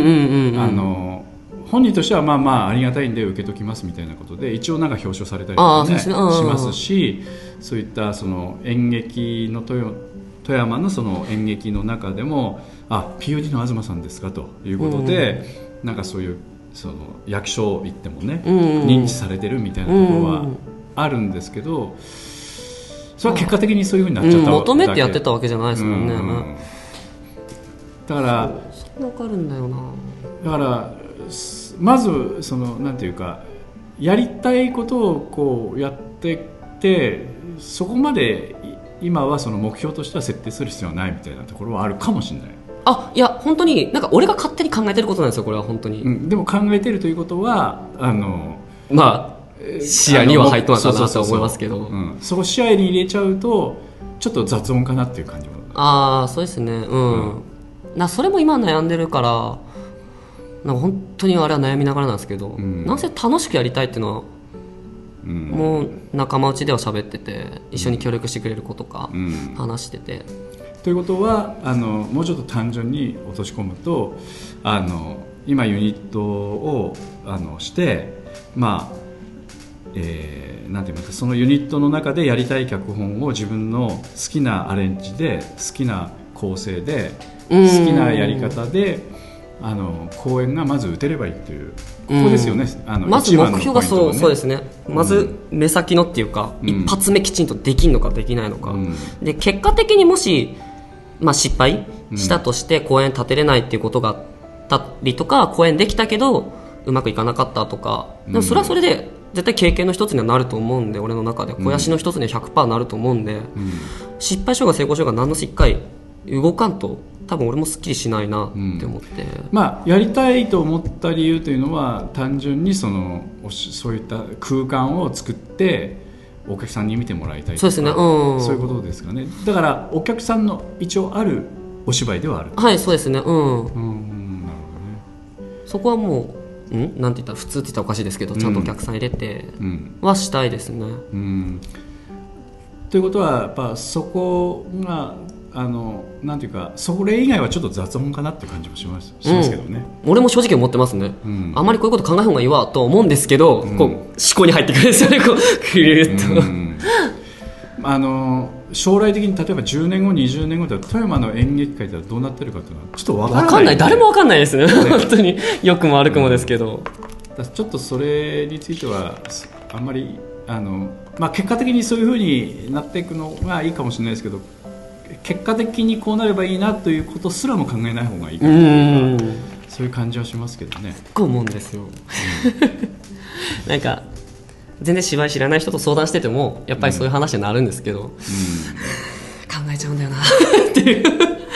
本人としてはまあまあありがたいんで受けときますみたいなことで一応なんか表彰されたりとか、ね、しますしそういったその演劇の富山のその演劇の中でもあ ピーオーディー の東さんですかということで、うん、なんかそういうその役所行ってもね、うん、認知されてるみたいなところはあるんですけどそれは結果的にそういうふうになっちゃったわけ、うん、 求めてやってたわけじゃないですもんね、うん、 だからそれ分かるんだよな。 だからまずそのなんていうかやりたいことをこうやってってそこまで今はその目標としては設定する必要はないみたいなところはあるかもしれない。 あいや本当になんか俺が勝手に考えてることなんですよこれは本当に、 うん、でも考えてるということはあのまあ視野には入っとんのかなと思いますけど、 そこ視野に入れちゃうとちょっと雑音かなっていう感じも。 ああそうですねうん、うん、なそれも今悩んでるからなんか本当にあれは悩みながらなんですけど、うん、なんせ楽しくやりたいっていうのは、うん、もう仲間内では喋ってて一緒に協力してくれる子とか話してて、うんうん、ということはあのもうちょっと単純に落とし込むとあの今ユニットをあのしてまあえー、なんて言いますかそのユニットの中でやりたい脚本を自分の好きなアレンジで好きな構成で好きなやり方であの公演がまず打てればいいというここですよね。あのまず目標がそう、そうですね。まず目先のっていうか、うん、一発目きちんとできるのかできないのか、うん、で結果的にもし、まあ、失敗したとして公演立てれないっていうことがあったりとか公演できたけどうまくいかなかったとかでもそれはそれで絶対経験の一つにはなると思うんで俺の中で肥やしの一つには ひゃくパーセント なると思うんで、うん、失敗しようが成功しようが何のしっかり動かんと多分俺もすっきりしないなって思って、うんまあ、やりたいと思った理由というのは単純にそのそういった空間を作ってお客さんに見てもらいたいとかそうですね、うん、 そういうことですかね。だからお客さんの一応あるお芝居ではある。 はいそうですねうん、うん、なるほどね。そこはもうんなんて言ったら普通って言ったらおかしいですけど、うん、ちゃんとお客さん入れてはしたいですね、うんうん、 ということはやっぱそこがあのなんていうかそれ以外はちょっと雑音かなっていう感じもします、しますけどね、 うん、俺も正直思ってますね、うん、あんまりこういうこと考えた方がいいわと思うんですけど、うん、こう思考に入ってくるんですよねこうクリューッと、うん、 あの将来的に例えばじゅうねんごにじゅうねんごだと富山の演劇界ではどうなってるかっていうのはちょっと分からない、ね、 分かんない誰も分かんないですね本当に良くも悪くもですけど、 うん、ちょっとそれについてはあんまりあの、まあ、結果的にそういうふうになっていくのがいいかもしれないですけど結果的にこうなればいいなということすらも考えない方がいいかなというかそういう感じはしますけどね。 僕思うんですよ、うん、なんか全然芝居知らない人と相談しててもやっぱりそういう話になるんですけど、うん、考えちゃうんだよなっていう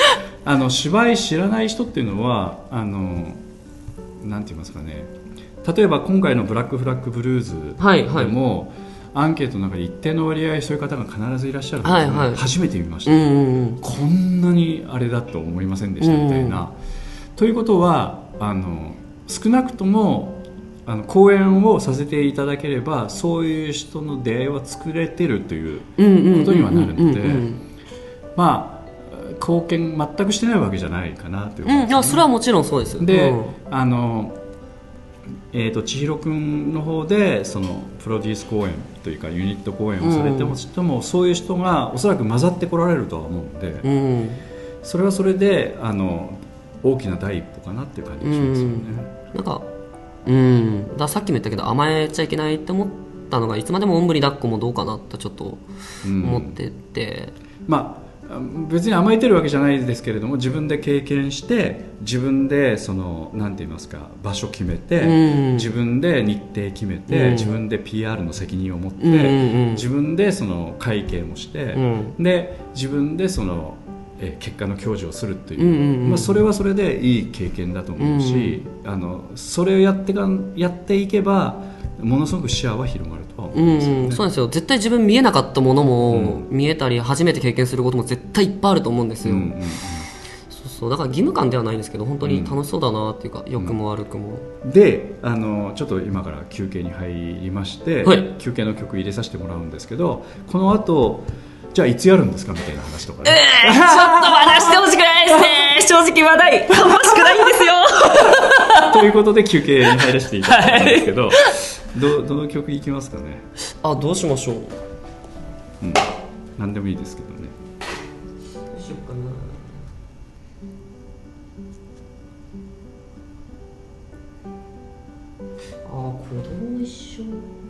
あの芝居知らない人っていうのはあのなんて言いますかね、例えば今回のブラックフラッグブルーズでも、はいはい、アンケートの中で一定の割合そういう方が必ずいらっしゃるんですね、はいはい、初めて見ました、うんうんうん、こんなにあれだと思いませんでしたみたいな、うんうん、ということはあの少なくともあの講演をさせていただければそういう人の出会いは作れてるということにはなるので、まあ貢献全くしてないわけじゃないかなという、ね、うん、いやそれはもちろんそうですで、うん、あのえーと、千尋くんの方でそのプロデュース公演というかユニット公演をされても人も、うん、そういう人がおそらく混ざってこられるとは思うので、うん、それはそれであの大きな第一歩かなっていう感じがしますよね、うん、なんか、うん、ださっきも言ったけど甘えちゃいけないって思ったのがいつまでもおんぶに抱っこもどうかなとちょっと思ってて、うん、まあ別に甘えてるわけじゃないですけれども自分で経験して自分でそのなんて言いますか場所決めて、うん、自分で日程決めて、うん、自分で ピーアール の責任を持って、うん、自分でその会計もして、うん、で自分でそのえ結果の享受をするという、うんうんうん、まあ、それはそれでいい経験だと思うし、うん、あのそれをやってかやっていけばものすごく視野は広がるとは思うんですよね、うん、そうなんですよ。絶対自分見えなかったものも見えたり、うん、初めて経験することも絶対いっぱいあると思うんですよ、うんうんうん、そうそうだから義務感ではないんですけど本当に楽しそうだなっていうか、うん、良くも悪くもであのちょっと今から休憩に入りまして、はい、休憩の曲入れさせてもらうんですけどこの後じゃあいつやるんですかみたいな話とかね、えー、ちょっとまだしてほしくないですね正直話題楽しくないんですよということで休憩に入らせていただいたんですけど、はい、ど, どの曲いきますかね。あ、どうしましょう、うん、何でもいいですけどね。どうしようかな。あ、子供一緒。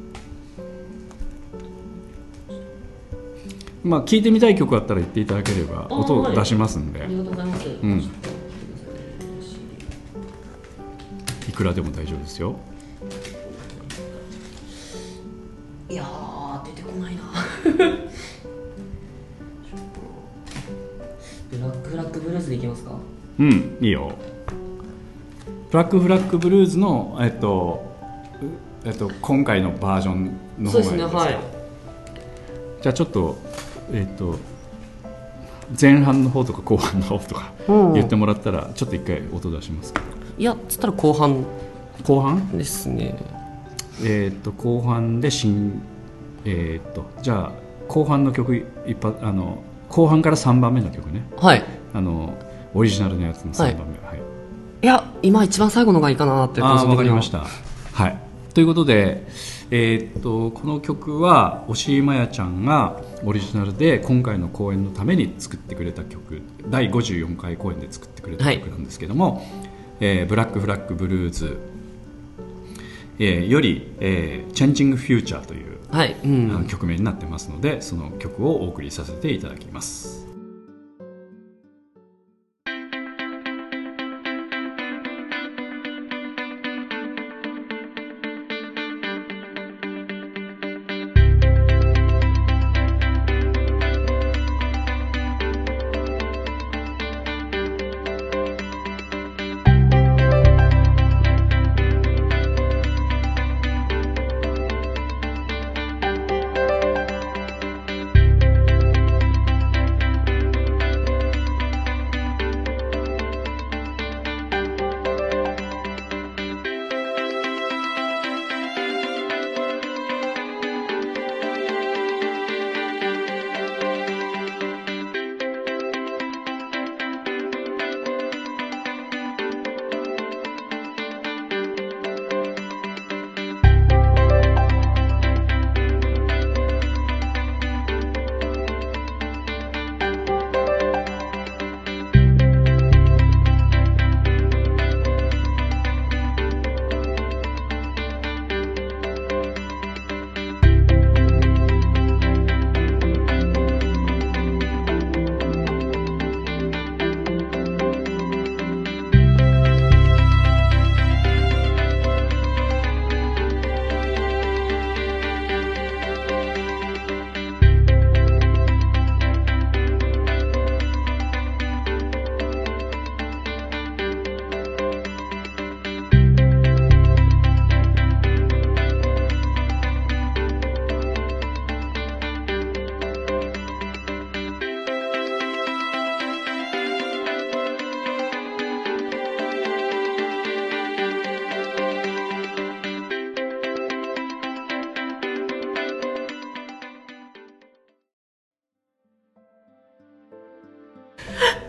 まあ聴いてみたい曲あったら言っていただければ音を出しますんで、はい、ありがとうございます、うん、いくらでも大丈夫ですよ。いやー出てこないなブラックフラッグブルーズでいきますか。うん、いいよ。ブラックフラッグブルーズの、えっとえっと、今回のバージョンの方がいいですか。そうですね、はい。じゃあちょっと、えっと、前半の方とか後半の方とか言ってもらったらちょっと一回音出しますけど。いやつったら後半後半ですね。えっと後半で新えっとじゃあ後半の曲一発あの後半からさんばんめの曲ね。はい。あのオリジナルのやつのさんばんめ、はいはい、いや今一番最後のがいいかなって。ああ分かりました。はい。ということで、えー、っとこの曲は押井まやちゃんがオリジナルで今回の公演のために作ってくれた曲、だいごじゅうよんかい公演で作ってくれた曲なんですけども、はい、えー、ブラックフラッグブルーズ、えー、より、えー、チェンジングフューチャーという、はい、うん、曲名になってますのでその曲をお送りさせていただきます。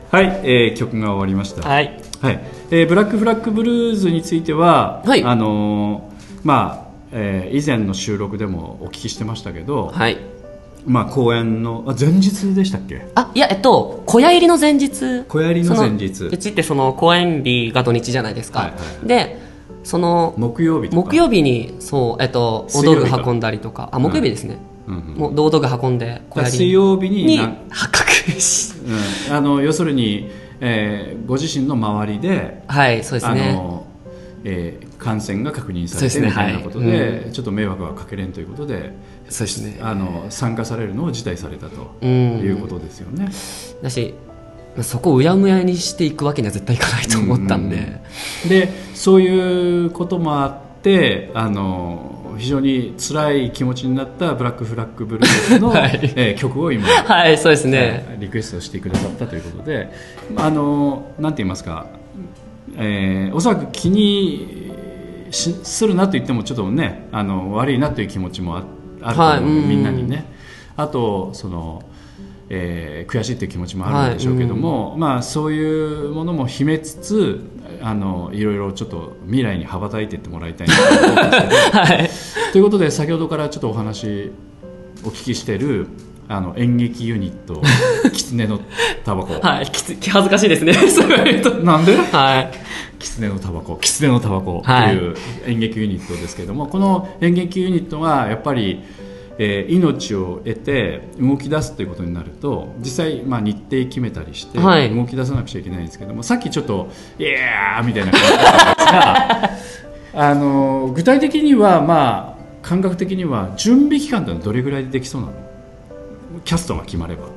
はい、えー、曲が終わりました。 はい、 はいえー、ブラックフラッグブルーズについては、 はい、 あのー、まあ、えー、以前の収録でもお聞きしてましたけど、 はい、 まあ、公演のあ前日でしたっけ？ あ、いや、えっと小屋入りの前日。 小屋入りの前日。 うちってその公演日が土日じゃないですか、はいはい、でその木曜日とか木曜日にそう、えっと、お道具運んだりとか、あ、木曜日ですね、うんうんうん、もう道具運んで小屋入り水曜日にに発覚し、 うん、あの要するに、えー、ご自身の周りで、 はいそうですね、 あのえー、感染が確認されてみたいなことで、はい、うん、ちょっと迷惑はかけれんということで、 そうですね、あの参加されるのを辞退されたということですよね。 うん、だしそこをうやむやにしていくわけには絶対いかないと思ったんで、うんうん、でそういうこともあってあの非常に辛い気持ちになったブラックフラッグブルースの、はい、えー、曲を今、 はいそうですね、 リクエストしてくださったということで、あのなんて言いますか、えー、おそらく気にしするなと言ってもちょっとね、あの悪いなという気持ちもあ, あると思う、はい、みんなにね。あとそのえー、悔しいという気持ちもあるんでしょうけども、はい、うん、まあ、そういうものも秘めつつあのいろいろちょっと未来に羽ばたいていってもらいたいなと思うんですけど、はい、ということで先ほどからちょっとお話お聞きしているあの演劇ユニット狐のタバコ、 はい、きつ気恥ずかしいですねそれは言うとなんで、 はい、 狐のタバコ狐のタバコという演劇ユニットですけども、はい、この演劇ユニットがやっぱりえー、命を得て動き出すということになると実際、まあ、日程決めたりして動き出さなくちゃいけないんですけども、はい、さっきちょっとイエーみたいな感じだったんですがあの具体的には、まあ、感覚的には準備期間というのはどれぐらいでできそうなの？キャストが決まれば。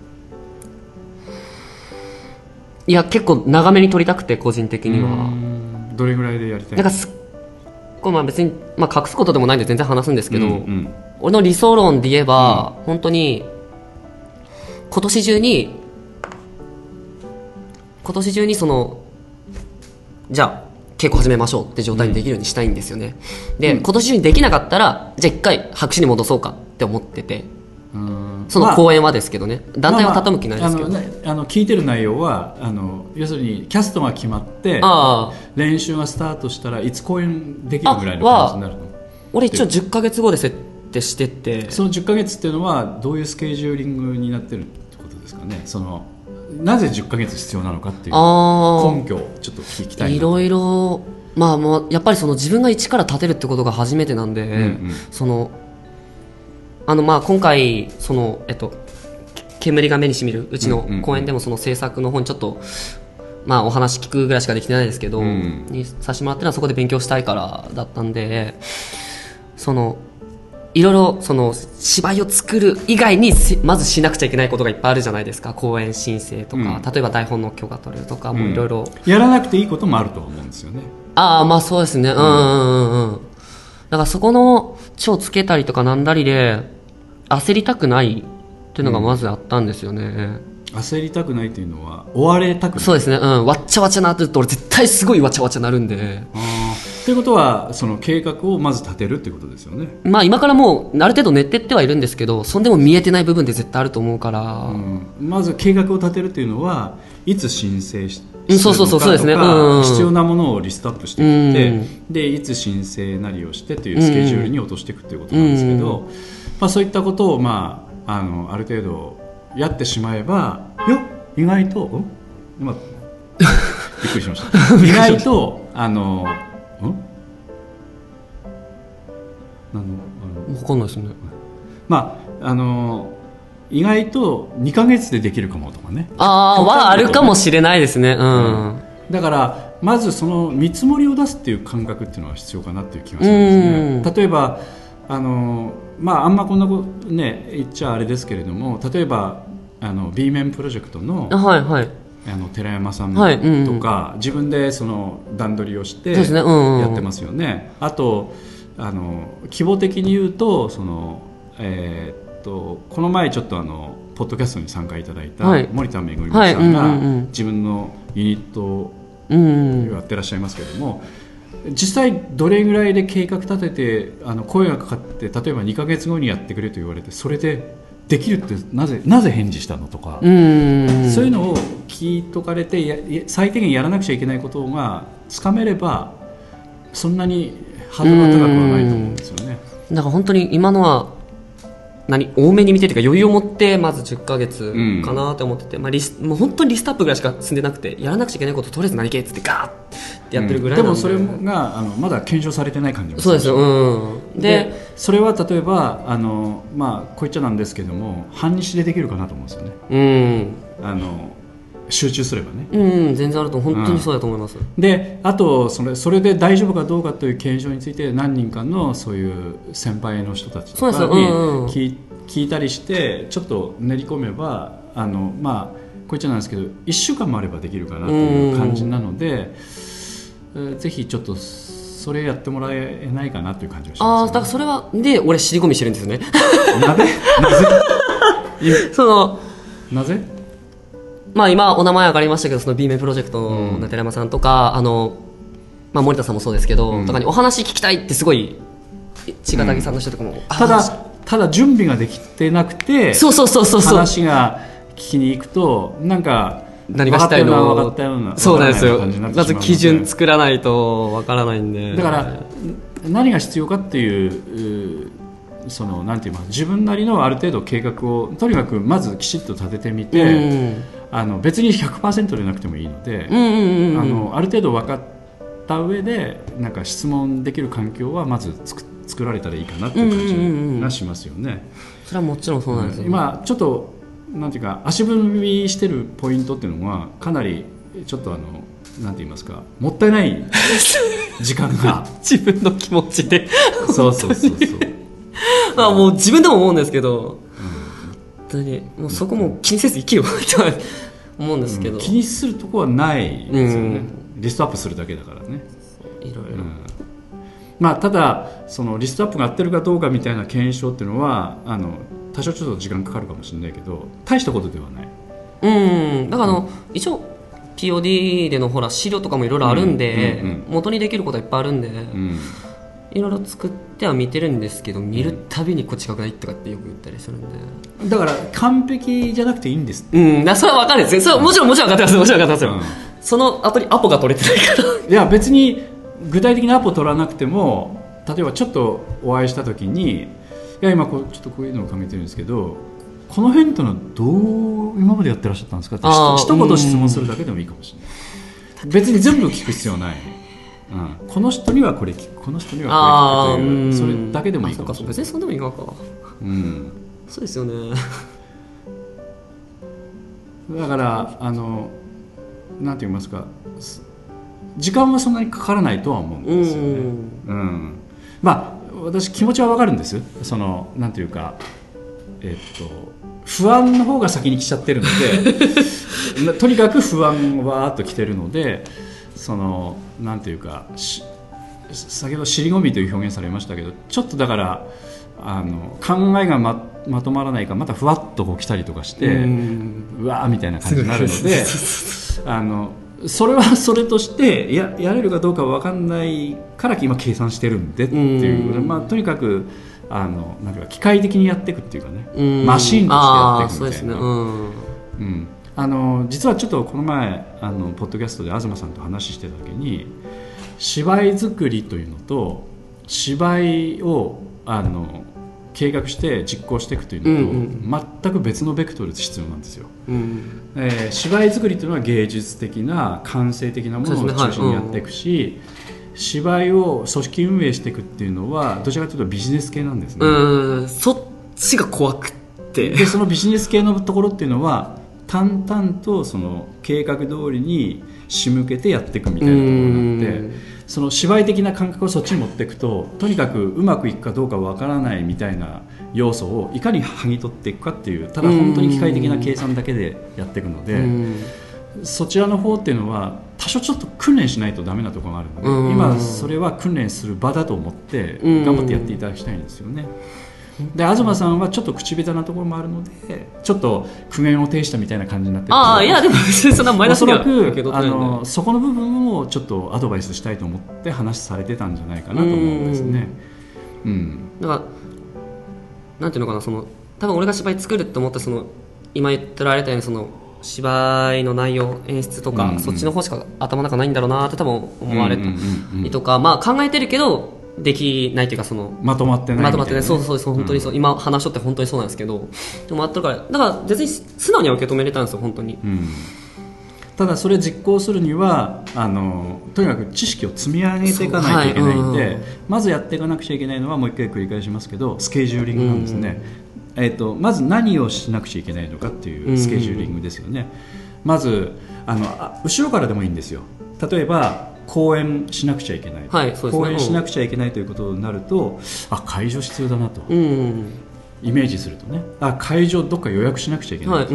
いや結構長めに撮りたくて個人的には。 どれぐらいでやりたい？ なんかすこう、まあ、別に、まあ、隠すことでもないんで全然話すんですけど、うんうん、俺の理想論で言えば、うん、本当に今年中に今年中にそのじゃあ稽古始めましょうって状態にできるようにしたいんですよね、うん、で、今年中にできなかったらじゃあ一回白紙に戻そうかって思ってて、うん、その公演はですけどね、まあ、団体は畳む気ないですけど、 まあまあ、あの聞いてる内容はあの要するにキャストが決まって練習がスタートしたらいつ公演できるぐらいの感じになるの？ 俺一応じゅっかげつごで設定してて、 そのじゅっかげつっていうのはどういうスケジューリングになってるってことですかね。そのなぜじゅっかげつ必要なのかっていう根拠をちょっと聞きたいなと。 いろいろ、まあ、もうやっぱりその自分が一から立てるってことが初めてなんで、うんうん、そのあのまあ今回その、えっと、煙が目にしみるうちの公演でもその制作の方にちょっと、まあ、お話聞くぐらいしかできてないですけど、うん、にさせてもらってるのはそこで勉強したいからだったんで、そのいろいろその芝居を作る以外にまずしなくちゃいけないことがいっぱいあるじゃないですか。公演申請とか、うん、例えば台本の許可取るとか、もいろいろやらなくていいこともあると思うんですよね。 ああ、まあそうですね、うんうんうんうん。だからそこの超つけたりとかなんだりで焦りたくないっていうのがまずあったんですよね、うん、 焦りたくないっていうのは追われたくない。 そうですね、うん、わっちゃわちゃなってると俺絶対すごいわちゃわちゃなるんで。 あということはその計画をまず立てるってことですよね。 まあ今からもうある程度練ってってはいるんですけど、そんでも見えてない部分で絶対あると思うから、うん、まず計画を立てるっていうのはいつ申請しそうそうそうそうですね、うん、 必要なものをリストアップしていって、うん、でいつ申請なりをしてというスケジュールに落としていくということなんですけど、うん、まあ、そういったことを、まあ、あのある程度やってしまえば、いや意外と、うん今びっくりしました意外とあのんあの分かんないですね。 まああの意外とにかげつでできるかもとかね。 ああはあるかもしれないですね、うん、 うん、だからまずその見積もりを出すっていう感覚っていうのは必要かなっていう気がするんですね。例えばあの、まあ、あんまこんなこと、ね、言っちゃあれですけれども、例えばあの B 面プロジェクトの、 はいはい、 あの寺山さんとか、はい、うんうん、自分でその段取りをしてやってますよね、うんうん、あとあの規模的に言うとその、えー、っとこの前ちょっとあのポッドキャストに参加いただいた森田めぐみさんが自分のユニットをやってらっしゃいますけれども、実際どれぐらいで計画立ててあの声がかかって、例えばにかげつごにやってくれと言われてそれでできるってなぜなぜ返事したのとか、うんそういうのを聞いとかれて、や最低限やらなくちゃいけないことがつかめればそんなにハードルは高くはないと思うんですよね。 だから本当に今のは何多めに見てというか余裕を持ってまずじゅっかげつかなと思ってて、うんまあ、リスもう本当にリストアップぐらいしか進んでなくて、やらなくちゃいけないことをとりあえず何けっつってガーってやってるぐらいなんで、 うん、でもそれがあのまだ検証されてない感じもする。そうですよ、うん、で, でそれは例えばあの、まあ、こう言っちゃなんですけども半日でできるかなと思うんですよね、うん、あの集中すればね、 うん、全然あると本当にそうだと思います、 うん、であとそれ、それで大丈夫かどうかという検証について何人かのそういう先輩の人たちとかに聞い、聞いたりしてちょっと練り込めばあの、まあ、こう言っちゃなんですけどいっしゅうかんもあればできるかなという感じなので、うん、ぜひちょっとそれやってもらえないかなという感じがします、ね、 あだからそれはで俺尻込みしてるんですよねなぜなぜそのなぜまあ、今お名前上がりましたけどその B 面プロジェクトの中山さんとか、うん、あのまあ、森田さんもそうですけど、うん、とかにお話聞きたいってすごい千賀竹さんの人とかも、うん、 ただただ準備ができてなくてそうそうそうそう話が聞きに行くとなんか何がしたいの分かったようなそうなんですよ。まず基準作らないと分からないんで、 だから何が必要かっていうそのなんていうか自分なりのある程度計画をとにかくまずきちっと立ててみて、うんあの別に ひゃくパーセント でなくてもいいので、うんうんうんうん、あのある程度分かった上でなんか質問できる環境はまずつく作られたらいいかなっていう感じがしますよね、うんうんうん、 それはもちろんそうなんですよ、ね、 今ちょっとなんていうか足踏みしてるポイントっていうのはかなりちょっとあのなんて言いますかもったいない時間が自分の気持ちでそうそうそうそうまあもう自分でも思うんですけど、本当にもうそこも気にせず生きようと思うんですけど、うん、 気にするとこはないですよね、うん、リストアップするだけだからねいろいろ、 うんまあ、ただそのリストアップが合ってるかどうかみたいな検証っていうのはあの多少ちょっと時間かかるかもしれないけど大したことではない。 うんだからあの、うん、一応 ピーオーディー でのほら資料とかもいろいろあるんで、うんうんうん、元にできることはいっぱいあるんで、うんいろいろ作っては見てるんですけど見るたびにこっちがないとかってよく言ったりするんでだから完璧じゃなくていいんですうんだそれは分かるんですよそれはもちろんもちろん分かってますもちろん分かってますよ、うん、その後にアポが取れてないからいや別に具体的なアポ取らなくても例えばちょっとお会いした時にいや今こうちょっとこういうのを考えてるんですけどこの辺というのはどう今までやってらっしゃったんですかって一言質問するだけでもいいかもしれない別に全部聞く必要ないうん、この人にはこれ聞くこの人にはこれ聞くというそれだけでもいいかもしれない別にそんでもいいのか、うん、そうですよねだからあのなんて言いますか時間はそんなにかからないとは思うんですよね、うんうん、まあ私気持ちは分かるんですそのなんていうかえっと不安の方が先に来ちゃってるのでとにかく不安はわーっと来てるのでそのなんていうか先ほど尻込みという表現されましたけどちょっとだからあの考えが ま, まとまらないからまたふわっとこう来たりとかしてうわーみたいな感じになるのであのそれはそれとして や, やれるかどうか分かんないから今計算してるんでっていうまあ、とにかくあのなんか機械的にやっていくっていうかねマシーンとしてやっていくみたいな。うんあの実はちょっとこの前あのポッドキャストで東さんと話してた時に芝居作りというのと芝居をあの計画して実行していくというのと、うんうん、全く別のベクトルで必要なんですよ、うんえー、芝居作りというのは芸術的な感性的なものを中心にやっていくし、はいうん、芝居を組織運営していくっていうのはどちらかというとビジネス系なんですね。 うんそっちが怖くてでそのビジネス系のところっていうのは淡々とその計画通りに仕向けてやっていくみたいなところがあってその芝居的な感覚をそっちに持っていくととにかくうまくいくかどうかわからないみたいな要素をいかに剥ぎ取っていくかっていうただ本当に機械的な計算だけでやっていくのでそちらの方っていうのは多少ちょっと訓練しないとダメなところがあるので今それは訓練する場だと思って頑張ってやっていただきたいんですよね。で東さんはちょっと口下手なところもあるのでちょっと苦言を呈したみたいな感じになってるああいやでもそんなマイナスにはおそらくあのそこの部分をちょっとアドバイスしたいと思って話されてたんじゃないかなと思うんですね。うん、 だからなんていうのかなその多分俺が芝居作るって思ってその今言ってられたようにその芝居の内容演出とか、うんうん、そっちの方しか頭の中ないんだろうなって多分思われたりとか、まあ考えてるけどできないというかそのまとまってないみたいな、ね、 まとまってないそうそうそう本当にそう、うん、今話しとって本当にそうなんですけどでもあったからだから別に素直には受け止めれたんですよ本当に、うん、 ただそれ実行するにはあのとにかく知識を積み上げていかないといけないんで、はいうん、まずやっていかなくちゃいけないのはもう一回繰り返しますけどスケジューリングなんですね、うんえー、とまず何をしなくちゃいけないのかっていうスケジューリングですよね、うん、まずあのあ後ろからでもいいんですよ。例えば講演しなくちゃいけない、はいそうですね、講演しなくちゃいけないということになるとあ会場必要だなと、うん、イメージするとねあ会場どっか予約しなくちゃいけない、はいうん、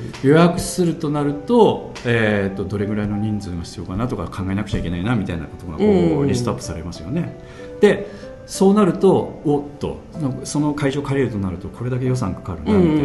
予約するとなると、えー、とどれぐらいの人数が必要かなとか考えなくちゃいけないなみたいなことがこう、うん、リストアップされますよね。でそうなるとおっとその会場借りるとなるとこれだけ予算かかるなみたいな、うんうんうん、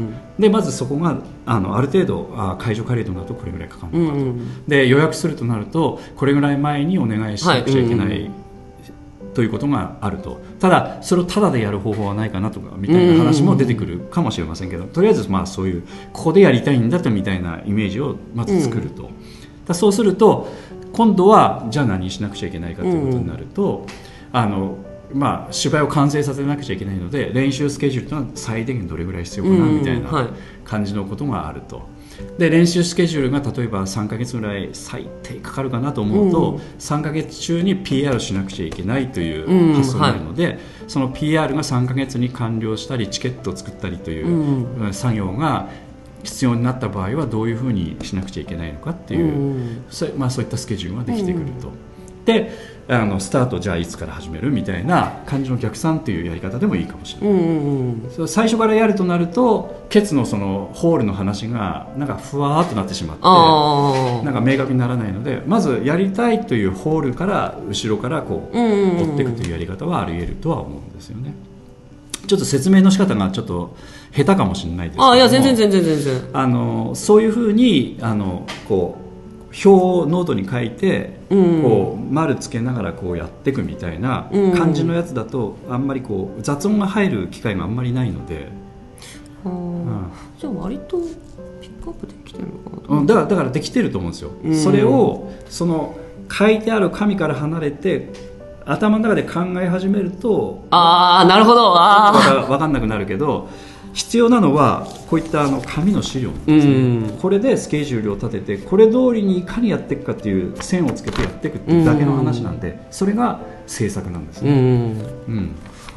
でまずそこがあのある程度あ会場借りるとなるとこれぐらいかかるのかと、うんうん、で予約するとなるとこれぐらい前にお願いしなくちゃいけない、はいうんうん、ということがあると。ただそれをタダでやる方法はないかなとかみたいな話も出てくるかもしれませんけど、とりあえずまあそういうここでやりたいんだとみたいなイメージをまず作ると、うん、だそうすると今度はじゃあ何しなくちゃいけないかということになると、うん、あのまあ、芝居を完成させなくちゃいけないので練習スケジュールというのは最低限どれぐらい必要かなみたいな感じのことがあると。で練習スケジュールが例えばさんかげつぐらい最低かかるかなと思うと、うん、さんかげつ中に ピーアール しなくちゃいけないという発想になるので、うんはい、その ピーアール がさんかげつに完了したりチケットを作ったりという作業が必要になった場合はどういうふうにしなくちゃいけないのかっていう、うんそまあ、そういったスケジュールができてくると。であのスタートじゃあいつから始めるみたいな感じの逆算というやり方でもいいかもしれない、うんうんうん、最初からやるとなるとケツのそのホールの話がなんかふわーっとなってしまってなんか明確にならないのでまずやりたいというホールから後ろからこう追っていくというやり方はあり得るとは思うんですよね。ちょっと説明の仕方がちょっと下手かもしれないですけどもあいや全然全然全然あのそういうふうにあのこう表をノートに書いて、うん、こう丸つけながらこうやっていくみたいな感じのやつだとあんまりこう雑音が入る機会があんまりないので、 うん、じゃあ割とピックアップできてるのかな、 うん、だからだからできてると思うんですよ、うん、それをその書いてある紙から離れて頭の中で考え始めるとああなるほどあ分かんなくなるけど必要なのはこういったあの紙の資料ですね、うん、これでスケジュールを立ててこれ通りにいかにやっていくかっていう線をつけてやっていくっていうだけの話なんで、うん、それが制作なんですね、うんうん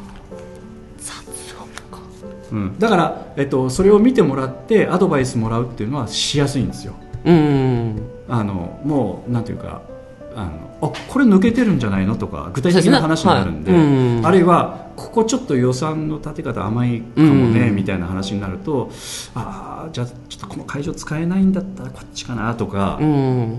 うん、だから、えっと、それを見てもらってアドバイスもらうっていうのはしやすいんですよ、うん、あのもうなんていうかあのあこれ抜けてるんじゃないのとか具体的な話になるんで、はいうん、あるいはここちょっと予算の立て方甘いかもね、うん、みたいな話になるとあじゃあちょっとこの会場使えないんだったらこっちかなとか、うん、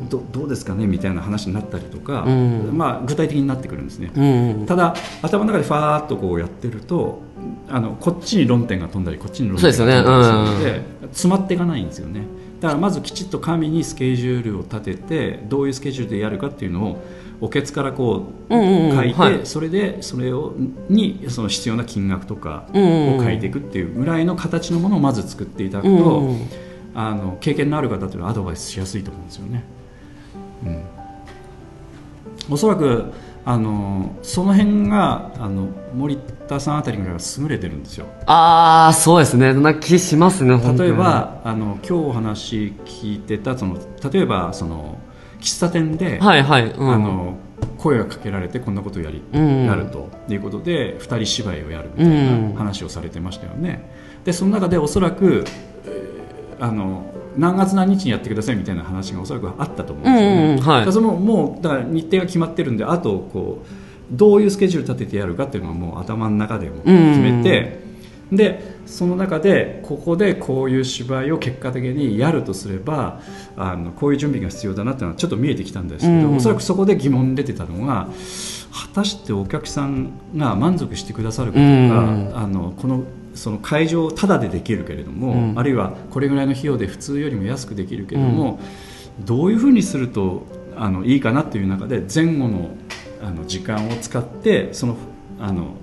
ど, どうですかねみたいな話になったりとか、うんまあ、具体的になってくるんですね、うん、ただ頭の中でファーッとこうやってるとあのこっちに論点が飛んだりこっちに論点が飛んだりするので、ねうん、詰まっていかないんですよね。だからまずきちっと紙にスケジュールを立ててどういうスケジュールでやるかっていうのをおけつからこう書いて、はい、それでそれをにその必要な金額とかを書いていくっていうぐらいの形のものをまず作っていただくと、うんうん、あの経験のある方というのはアドバイスしやすいと思うんですよね、うん、おそらくあのその辺があの森田さんあたりぐらいは優れてるんですよ。 ああそうですねな気しますね。 例えばあの今日お話聞いてたその例えばその喫茶店で、はいはいうん、あの声がかけられてこんなことをやり、うん、やるということでふたり芝居をやるみたいな話をされてましたよね。でその中でおそらく、えー、あの何月何日にやってくださいみたいな話がおそらくあったと思うんですよね、うんうんはい、だそのもうだから日程が決まってるんであとこうどういうスケジュール立ててやるかっていうのはもう頭の中でも決めて、うん、でその中でここでこういう芝居を結果的にやるとすればあのこういう準備が必要だなっていうのはちょっと見えてきたんですけど、うん、おそらくそこで疑問出てたのが果たしてお客さんが満足してくださることが、うん、あのこのその会場をタダでできるけれども、うん、あるいはこれぐらいの費用で普通よりも安くできるけれども、うん、どういうふうにするとあのいいかなという中で前後の、あの時間を使ってそのあの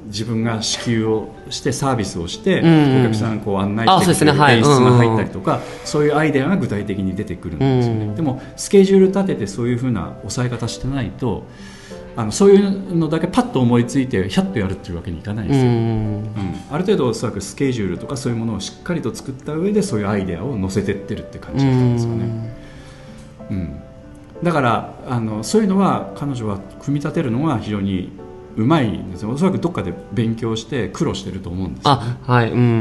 自分が支給をしてサービスをして、 うん、 お客さんこう案内してくれる演出が入ったりとか、はい、そういうアイデアが具体的に出てくるんですよね、うん、でもスケジュール立ててそういうふうな抑え方してないとあのそういうのだけパッと思いついてひゃっとやるっていうわけにいかないんですよ、うんうん、ある程度おそらくスケジュールとかそういうものをしっかりと作った上でそういうアイデアを乗せてってるって感じだったんですよね、うんうん、だからあのそういうのは彼女は組み立てるのが非常にうまいんですよ。おそらくどっかで勉強して苦労してると思うんですよ、ね、 あ、はい、うんうん、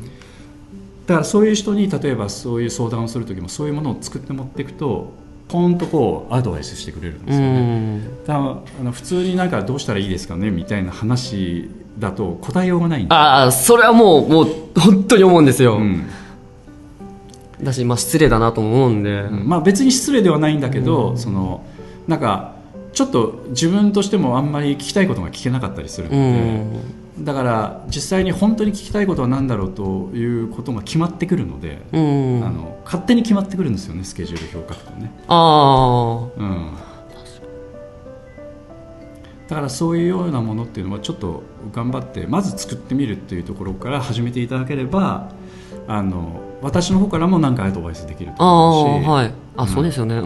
だからそういう人に例えばそういう相談をする時もそういうものを作って持っていくとポンとこうアドバイスしてくれるんですよね。だからあの普通になんかどうしたらいいですかねみたいな話だと答えようがないんですよ。 ああ、それはもうもう本当に思うんですよ、うん、だし、まあ、失礼だなと思うんで、 うん、まあ、別に失礼ではないんだけど、うん、そのなんかちょっと自分としてもあんまり聞きたいことが聞けなかったりするので、うん、だから実際に本当に聞きたいことは何だろうということが決まってくるので、うん、あの勝手に決まってくるんですよね、スケジュール表を書くとね。あ、うん、だからそういうようなものっていうのはちょっと頑張ってまず作ってみるっていうところから始めていただければ、あの私の方からも何かアドバイスできると思うし、 あ、はい、あ、うん、そうですよね、うん、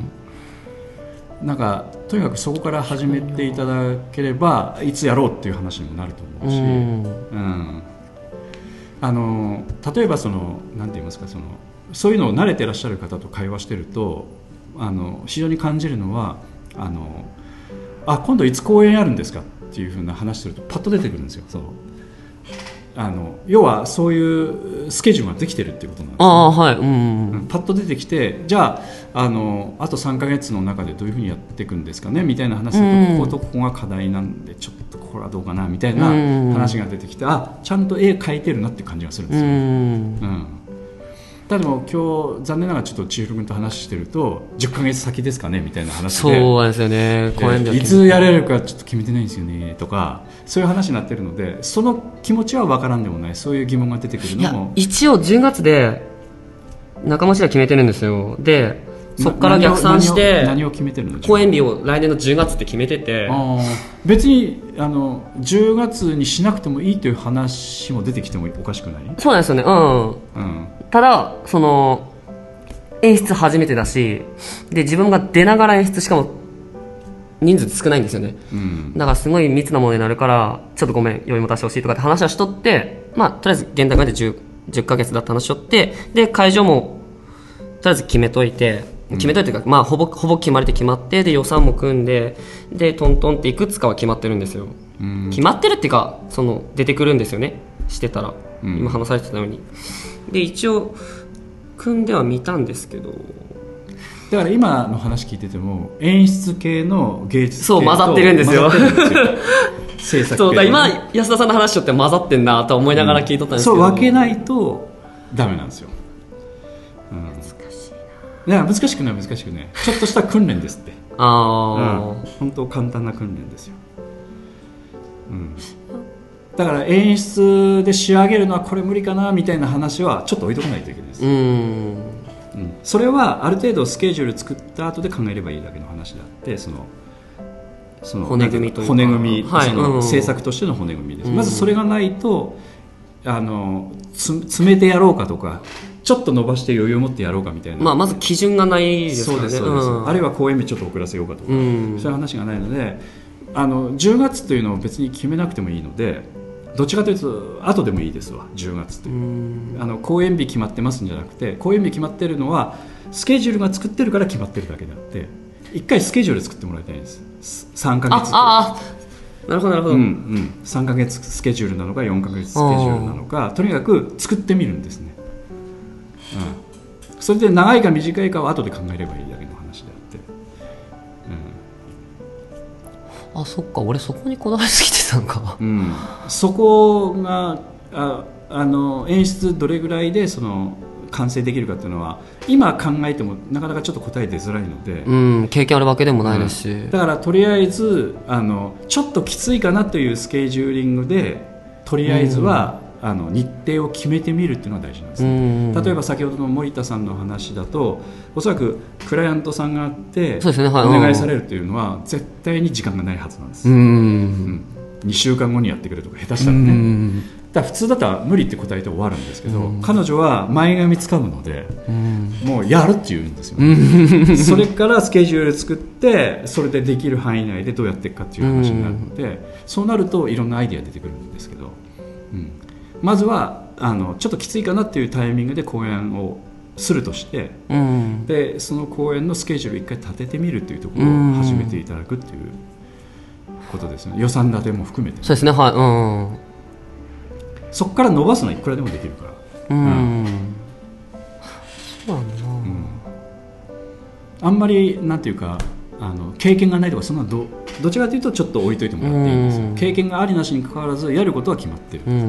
うん、なんかとにかくそこから始めていただければいつやろうっていう話にもなると思うし、うん、うん、あの例えばそのなんて言いますか、そのそういうのを慣れてらっしゃる方と会話してるとあの非常に感じるのはあのあ今度いつ公演あるんですかっていうふうな話するとパッと出てくるんですよ。そうあの要はそういうスケジュールができてるっていうことなんです、ね、 あ、はい、うんうん、 パッと出てきて、じゃあ あのあとさんかげつの中でどういうふうにやっていくんですかねみたいな話すると、うん、こことここが課題なんでちょっとこれはどうかなみたいな話が出てきて、あちゃんと絵描いてるなっていう感じがするんですよ、うんうんただも今日残念ながらちょっと千尋君と話してるとじゅっかげつ先ですかねみたいな話で、 そうですよね、公演でいつやれるかちょっと決めてないんですよねとかそういう話になってるので、その気持ちは分からんでもない、そういう疑問が出てくるのも、 いや一応じゅうがつで仲間氏が決めてるんですよ。でそこから逆算して何を決めてるの、 公演日を来年のじゅうがつって決めてて、 あ別にあのじゅうがつにしなくてもいいという話も出てきてもおかしくない？ そうなんですよね、うんうん、ただその演出初めてだしで自分が出ながら演出しかも人数少ないんですよね、うん、だからすごい密なものになるからちょっとごめん余韻持たせてほしいとかって話はしとって、まあとりあえず現段階で 10, 10ヶ月だった話しとって、で会場もとりあえず決めといて決めといてか、うん、まあほぼほぼ決まりで決まって、で予算も組んででトントンっていくつかは決まってるんですよ、うん、決まってるっていうかその出てくるんですよねしてたら、うん、今話されてたようにで一応組んでは見たんですけど、 だから今の話聞いてても演出系の芸術系とそう混ざってるんですよ制作系そうだ今安田さんの話とって混ざってんなと思いながら聞いとったんですけど、 うん、そう分けないとダメなんですよ、うん、難しいな。いや難しくない難しくないちょっとした訓練ですってああ、うん、本当簡単な訓練ですよ、うん、だから演出で仕上げるのはこれ無理かなみたいな話はちょっと置いとかないといけないです。うん、うん、それはある程度スケジュール作った後で考えればいいだけの話であって、そのその骨組みというか骨組み、はい、その制作としての骨組みです、うん、まずそれがないとあのつ詰めてやろうかとかちょっと伸ばして余裕を持ってやろうかみたいな、 まあ、まず基準がないですからね。 そうですそうです、うん、あるいは公演日ちょっと遅らせようかとか、うん、そういう話がないので、あのじゅうがつというのを別に決めなくてもいいので、どっちかというと後でもいいですわ。じゅうがつという、うん、あの公演日決まってますんじゃなくて、公演日決まってるのはスケジュールが作ってるから決まってるだけであって、一回スケジュール作ってもらいたいんです。さんかげつああなるほどなるほど、うんうん、 さんかげつスケジュールなのかよんかげつスケジュールなのか、とにかく作ってみるんですね、うん、それで長いか短いかは後で考えればいいだけの話であって、 うん、あそっか俺そこにこだわりすぎてたのか、 うん、そこが あ, あの演出どれぐらいでその完成できるかっていうのは今考えてもなかなかちょっと答え出づらいので、 うん、経験あるわけでもないですし、うん、 だからとりあえずあのちょっときついかなというスケジューリングでとりあえずは、うん、あの日程を決めてみるっていうのが大事なんですね、うん、例えば先ほどの森田さんの話だとおそらくクライアントさんがあって、そうですね、はい、お願いされるというのは絶対に時間がないはずなんです、うんうん、 にしゅうかんごにやってくれとか下手したらね、うん、だから普通だったら無理って答えて終わるんですけど、うん、彼女は前髪つかむので、うん、もうやるって言うんですよね、うん、それからスケジュール作ってそれでできる範囲内でどうやっていくかっていう話になるので、うん、そうなるといろんなアイディア出てくるんですけど、うん、まずはあのちょっときついかなっていうタイミングで講演をするとして、うん、でその講演のスケジュールを一回立ててみるというところを始めていただくっていうことですね。予算立ても含めて、ね、 そうですね、はい、うん、 そこから伸ばすのはいくらでもできるから、うん、うん、 そうなんだな、うん、 あんまりなんていうかあの経験がないとかそんな ど, どちらかというとちょっと置いといてもらっていいんですよ、うん、経験がありなしにかかわらずやることは決まってる、うんうん、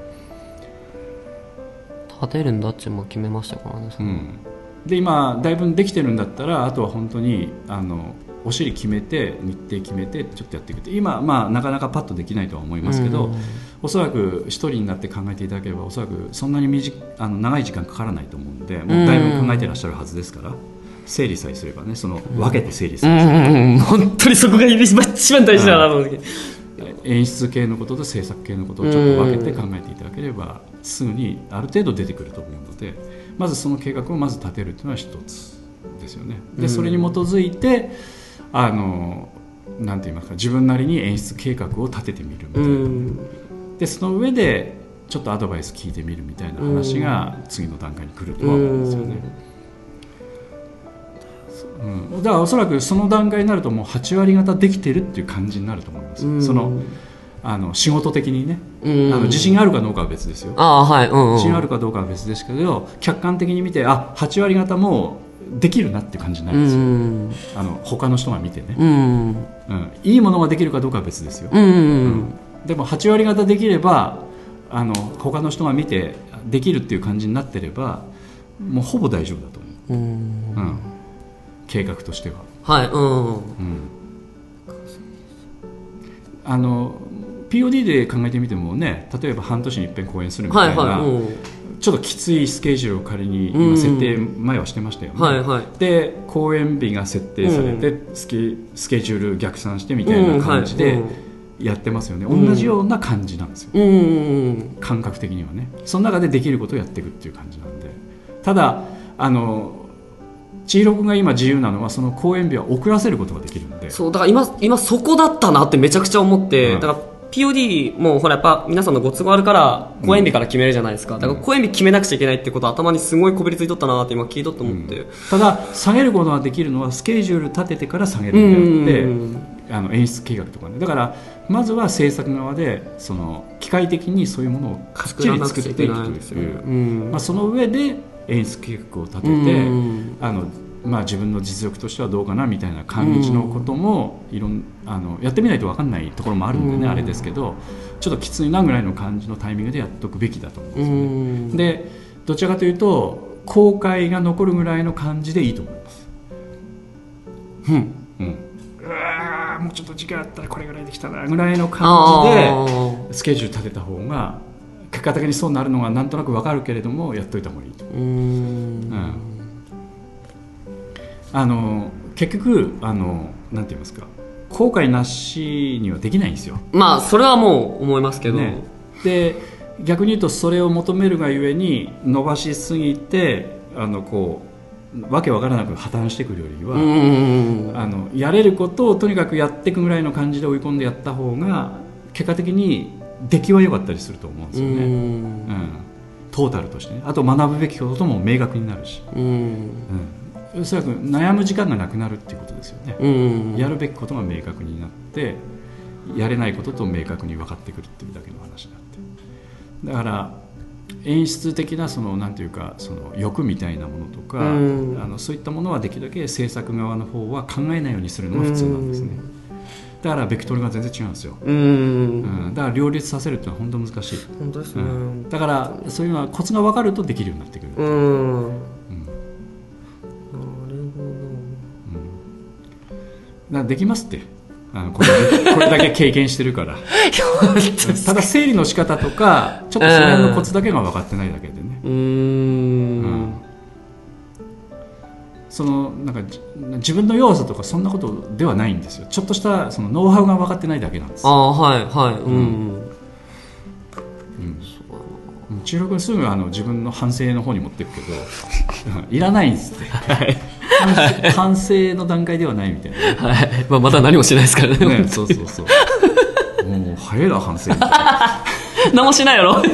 立てるんだっても決めましたからね、うん、 で今だいぶできてるんだったらあとは本当にあのお尻決めて日程決めてちょっとやっていくって今、まあ、なかなかパッとできないとは思いますけど、うん、おそらく一人になって考えていただければおそらくそんなに短あの長い時間かからないと思うのでもうだいぶ考えてらっしゃるはずですから、整理さえすればね、その分けて整理する、うんうんうん、 本当にそこが一番大事だなと思って、 演出系のことと制作系のことをちょっと分けて考えていただければすぐにある程度出てくると思うので、まずその計画をまず立てるというのは一つですよね。でそれに基づいてあのなんて言いますか、自分なりに演出計画を立ててみるみたいな、でその上でちょっとアドバイス聞いてみるみたいな話が次の段階に来るとは思うんですよね。うん、だからおそらくその段階になるともうはち割方できてるっていう感じになると思います、うん、そのあの仕事的にね、うん、あの自信があるかどうかは別ですよ。 あ、はい、うんうん、 自信があるかどうかは別ですけど客観的に見てあはち割方もうできるなっていう感じになるんですよ、うん、あの他の人が見てね、うんうん、いいものができるかどうかは別ですよ、うんうんうん、でもはち割方できればあの他の人が見てできるっていう感じになってればもうほぼ大丈夫だと思う、うんうん、計画としては、はい、うんうん、あの ピーオーディー で考えてみてもね、例えば半年に一遍公演するみたいな、はいはい、うん、ちょっときついスケジュールを仮に今設定前はしてましたよね、うん、はいはい、で公演日が設定されて、うん、スケ、スケジュール逆算してみたいな感じでやってますよね、うん、同じような感じなんですよ、うん、感覚的にはね。その中でできることをやっていくっていう感じなんで、ただあの千尋君が今自由なのはその公演日は遅らせることができるんで、 そうだから 今, 今そこだったなってめちゃくちゃ思って、うん、だから ピーオーディー もほらやっぱ皆さんのご都合あるから公演日から決めるじゃないですか、うん、だから公演日決めなくちゃいけないってことは頭にすごいこびりついとったなって今聞いとって思って、うん、 ただ下げることができるのはスケジュール立ててから下げるんであって、うん、あの演出計画とかね、だからまずは制作側でその機械的にそういうものをかっちり作っていくという、うん、まあ、その上で演出計画を立てて、うん、あのまあ、自分の実力としてはどうかなみたいな感じのこともいろんあのやってみないと分かんないところもあるんでね、うん、あれですけどちょっときついなぐらいの感じのタイミングでやっておくべきだと思うんですよね、うん、でどちらかというと後悔が残るぐらいの感じでいいと思います、うんうん、うわもうちょっと時間あったらこれぐらいできたなぐらいの感じでスケジュール立てた方が結果的にそうなるのがなんとなく分かるけれどもやっといた方がいいと、うん、うんあの結局あのなんて言いますか、後悔なしにはできないんですよ。 まあそれはもう思いますけど、ね、 で逆に言うとそれを求めるがゆえに伸ばしすぎてあのこうわけわからなく破綻してくるよりは、うんうんうん、あのやれることをとにかくやっていくぐらいの感じで追い込んでやった方が結果的に出来は良かったりすると思うんですよね、うんうん、トータルとしてね。あと学ぶべきことも明確になるし、うんうんおそらく悩む時間がなくなるっていうことですよね、うんうんうん、やるべきことが明確になってやれないことと明確に分かってくるっていうだけの話になって、だから演出的なそのなんていうかその欲みたいなものとか、うん、あのそういったものはできるだけ制作側の方は考えないようにするのが普通なんですね、うん、だからベクトルが全然違うんですよ、うんうん、だから両立させるってのは本当難しい。 本当ですね、うん、 だからそういうのはコツが分かるとできるようになってくる、うんできますってあのこれこれだけ経験してるからただ整理の仕方とかちょっとその辺のコツだけが分かってないだけでね、うーん、うん、 そのなんか自分の弱さとかそんなことではないんですよ。ちょっとしたそのノウハウが分かってないだけなんです。 ああはいはいうん、うんうん、千尋君すぐあの自分の反省の方に持っていくけどいらないんですって、はい、反省の段階ではないみたいな、 はいまあ、まだ何もしないですから ね, ねそうそうそうもう早いな反省みたいな何もしないやろ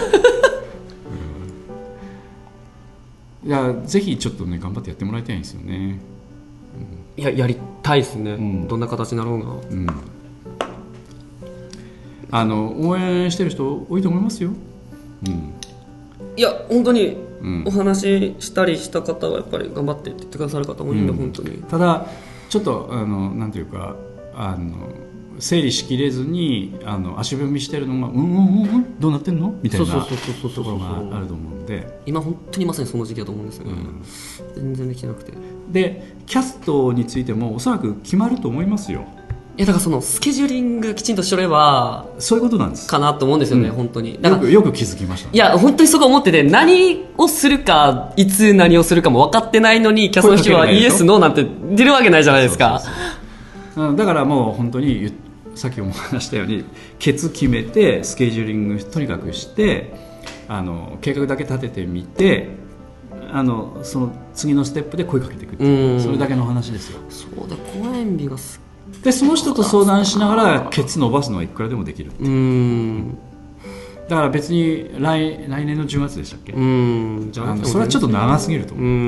いやぜひちょっとね頑張ってやってもらいたいんですよね、 うん、いややりたいですね、うん、どんな形になろうが、うん、 あの応援してる人多いと思いますよ、うん、 いや本当にお話ししたりした方はやっぱり頑張ってって言ってくださる方もいるんで、うん、本当にただちょっとあのなんていうかあの整理しきれずにあの足踏みしてるのがうんうんうんうんどうなってんのみたいなところがあると思うんで今本当にまさにその時期だと思うんですよね、うん、全然できてなくてでキャストについてもおそらく決まると思いますよ。 いやだからそのスケジューリングきちんとしとればそういうことなんですかなと思うんですよね、うん、本当にだからよく、よく気づきました、ね、 いや本当にそこ思ってて何をするかいつ何をするかも分かってないのにキャストの人はイエスノーなんて出るわけないじゃないですか。そうそうそうだからもう本当にさっきも話したようにケツ決めてスケジューリングとにかくしてあの計画だけ立ててみてあのその次のステップで声かけていくっていうそれだけの話ですよ。 そうだ公演日がすでその人と相談しながらケツ伸ばすのはいくらでもできるっていう、うん、だから別に 来, 来年のじゅうがつでしたっけ、うん、じゃあそれはちょっと長すぎると思う、うん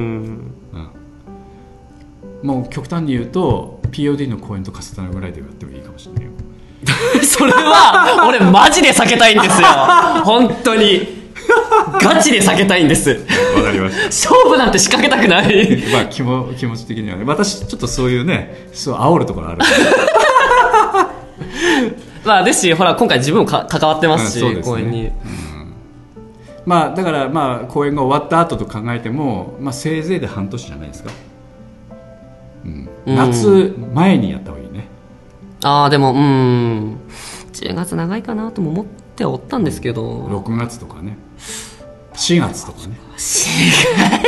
うん、もう極端に言うと ピーオーディー の公演と重なるぐらいでやってもいいかもしれないよそれは俺マジで避けたいんですよ本当にガチで避けたいんです。 わかりました。 勝負なんて仕掛けたくないまあ気も気持ち的にはね私ちょっとそういうねそう煽るところあるまあですしほら今回自分もか関わってますし、うん、公演に、うん、 まあだからまあ公演が終わった後と考えても、まあ、せいぜいで半年じゃないですか、うん、夏前にやった方がいいね。 ああでもうんじゅうがつ長いかなとも思っておったんですけどろくがつとかねしがつとかねしがつ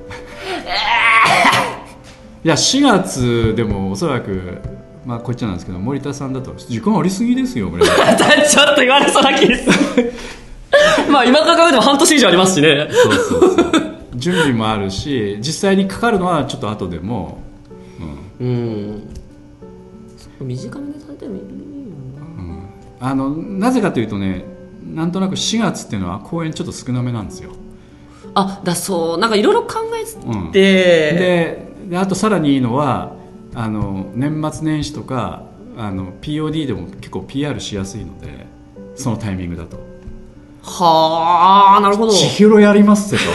いやしがつでもおそらくまあこっちなんですけど森田さんだと時間ありすぎですよ森田さんちょっと言われそうな気ですまあ今から考えても半年以上ありますしね。 そうそうそう準備もあるし実際にかかるのはちょっと後でもうん、うん短めにされてもいいよな、 うん、あのなぜかというとねなんとなくしがつっていうのは公演ちょっと少なめなんですよ。 あだそうなんかいろいろ考えて、うん、 で, であとさらにいいのはあの年末年始とかあの ピーオーディー でも結構 ピーアール しやすいのでそのタイミングだとはあなるほど千尋やりますってと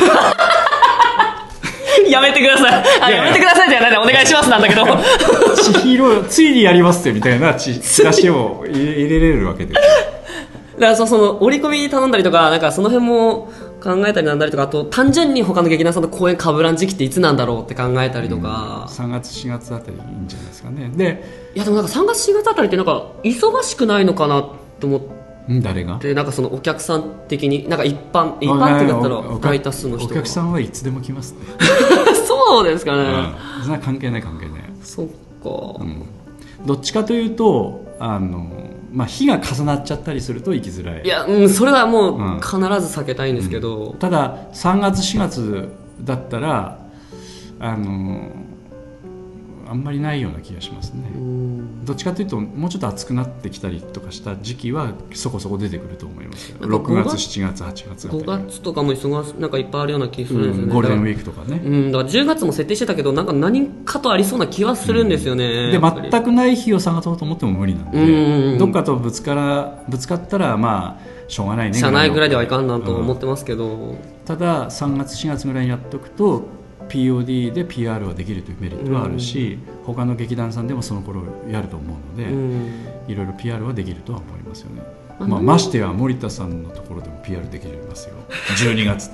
やめてください。あ、やめてくださいじゃないお願いしますなんだけど千尋ついにやりますってみたいなチラシを入れれるわけです。だからそその折り込み頼んだりとかなんかその辺も考えたりなんだりとかあと単純に他の劇団さんと公演かぶらん時期っていつなんだろうって考えたりとか、 うん、さんがつしがつあたりいいんじゃないですかね。でいやでもなんかさんがつしがつあたりってなんか忙しくないのかなと思って誰がでなんかそのお客さん的になんか一般一般って言ったら大多数の人お客さんはいつでも来ますねそうですかね、 うん、そんな関係ない関係ないそっか、 うん、どっちかというとあの、まあ、日が重なっちゃったりすると行きづらい。 いや、うん、それはもう必ず避けたいんですけど、 うんうん、たださんがつしがつだったらあのあんまりないような気がしますね。うんどっちかというともうちょっと暑くなってきたりとかした時期はそこそこ出てくると思いますよ。ろくがつしちがつはちがつあたりごがつとかも忙しなんかいっぱいあるような気がするんですよね、うん、 ゴールデンウィークとかね。 うん、だからじゅうがつも設定してたけどなんか何かとありそうな気はするんですよね、 うん、で全くない日を探そうと思っても無理なんで、うん、どっかとぶつからぶつかったらまあしょうがないね社内ぐらいではいかんなと思ってますけど、うん、 たださんがつしがつぐらいにやっておくとピーオーディー で ピーアール はできるというメリットはあるし、うん、他の劇団さんでもその頃やると思うので、うん、いろいろ ピーアール はできるとは思いますよね。まあ、ましてや森田さんのところでも ピーアール できますよじゅうにがつの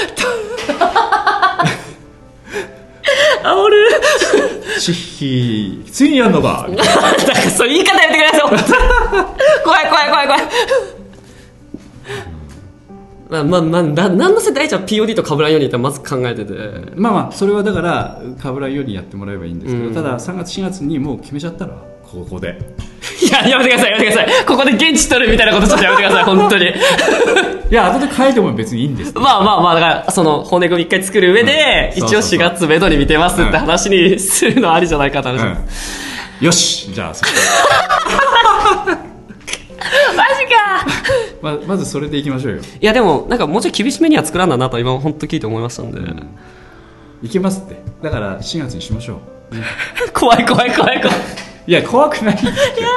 あおるシッヒーついにやんのかだからそう言い方やめてください怖い怖い怖い怖い、 まあまあまあ、な何のせ大ちゃん ピーオーディー と被らんようにってまず考えてて、 まあまあそれはだから被らんようにやってもらえばいいんですけど、 うん、 たださんがつしがつにもう決めちゃったらここでいややめてくださいやめてください、ここで現地取るみたいなことちょっとやめてください本当にいや後で変えても別にいいんですまあまあまあ、だからその骨組み一回作る上で、うん、一応しがつめどに見てますって話にするのはありじゃないかって話、うんうん、 よしじゃあそこマジかま, まずそれでいきましょうよ。 いやでもなんかもうちょい厳しめには作らんだなと今本当聞いて思いましたんで、うん、 いけますって。だからしがつにしましょう、ね、 怖い怖い怖い怖いいや怖くないっていや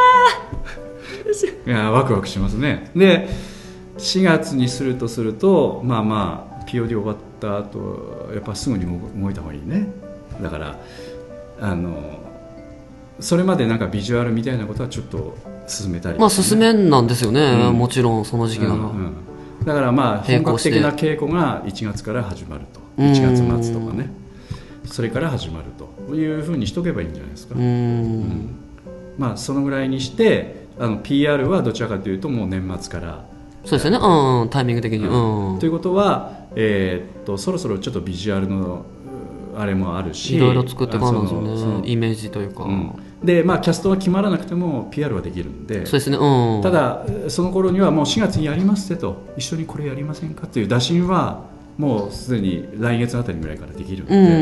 ーいやワクワクしますね。でしがつにするとするとまあまあ ピーオーディー 終わった後やっぱすぐに動いた方がいいね。だからあのそれまでなんかビジュアルみたいなことはちょっと進めたり、ね、 まあ進めんなんですよね、うん、もちろんその時期なら、うんうん、 だからまあ本格的な稽古がいちがつから始まると、いちがつまつとかね、それから始まるというふうにしとけばいいんじゃないですか。うん、うん、まあそのぐらいにしてあの ピーアール はどちらかというともう年末からそうですよね、うん、タイミング的に、 うん、ということは、えー、っとそろそろちょっとビジュアルのあれもあるし、 いろいろ作っていかないですよね、イメージというか、うん、 でまあキャストは決まらなくても ピーアール はできるんで、 そうですね、うん、 ただその頃にはもうしがつにやりますってと、一緒にこれやりませんかっていう打診はもうすでに来月あたりぐらいからできるんで、うん、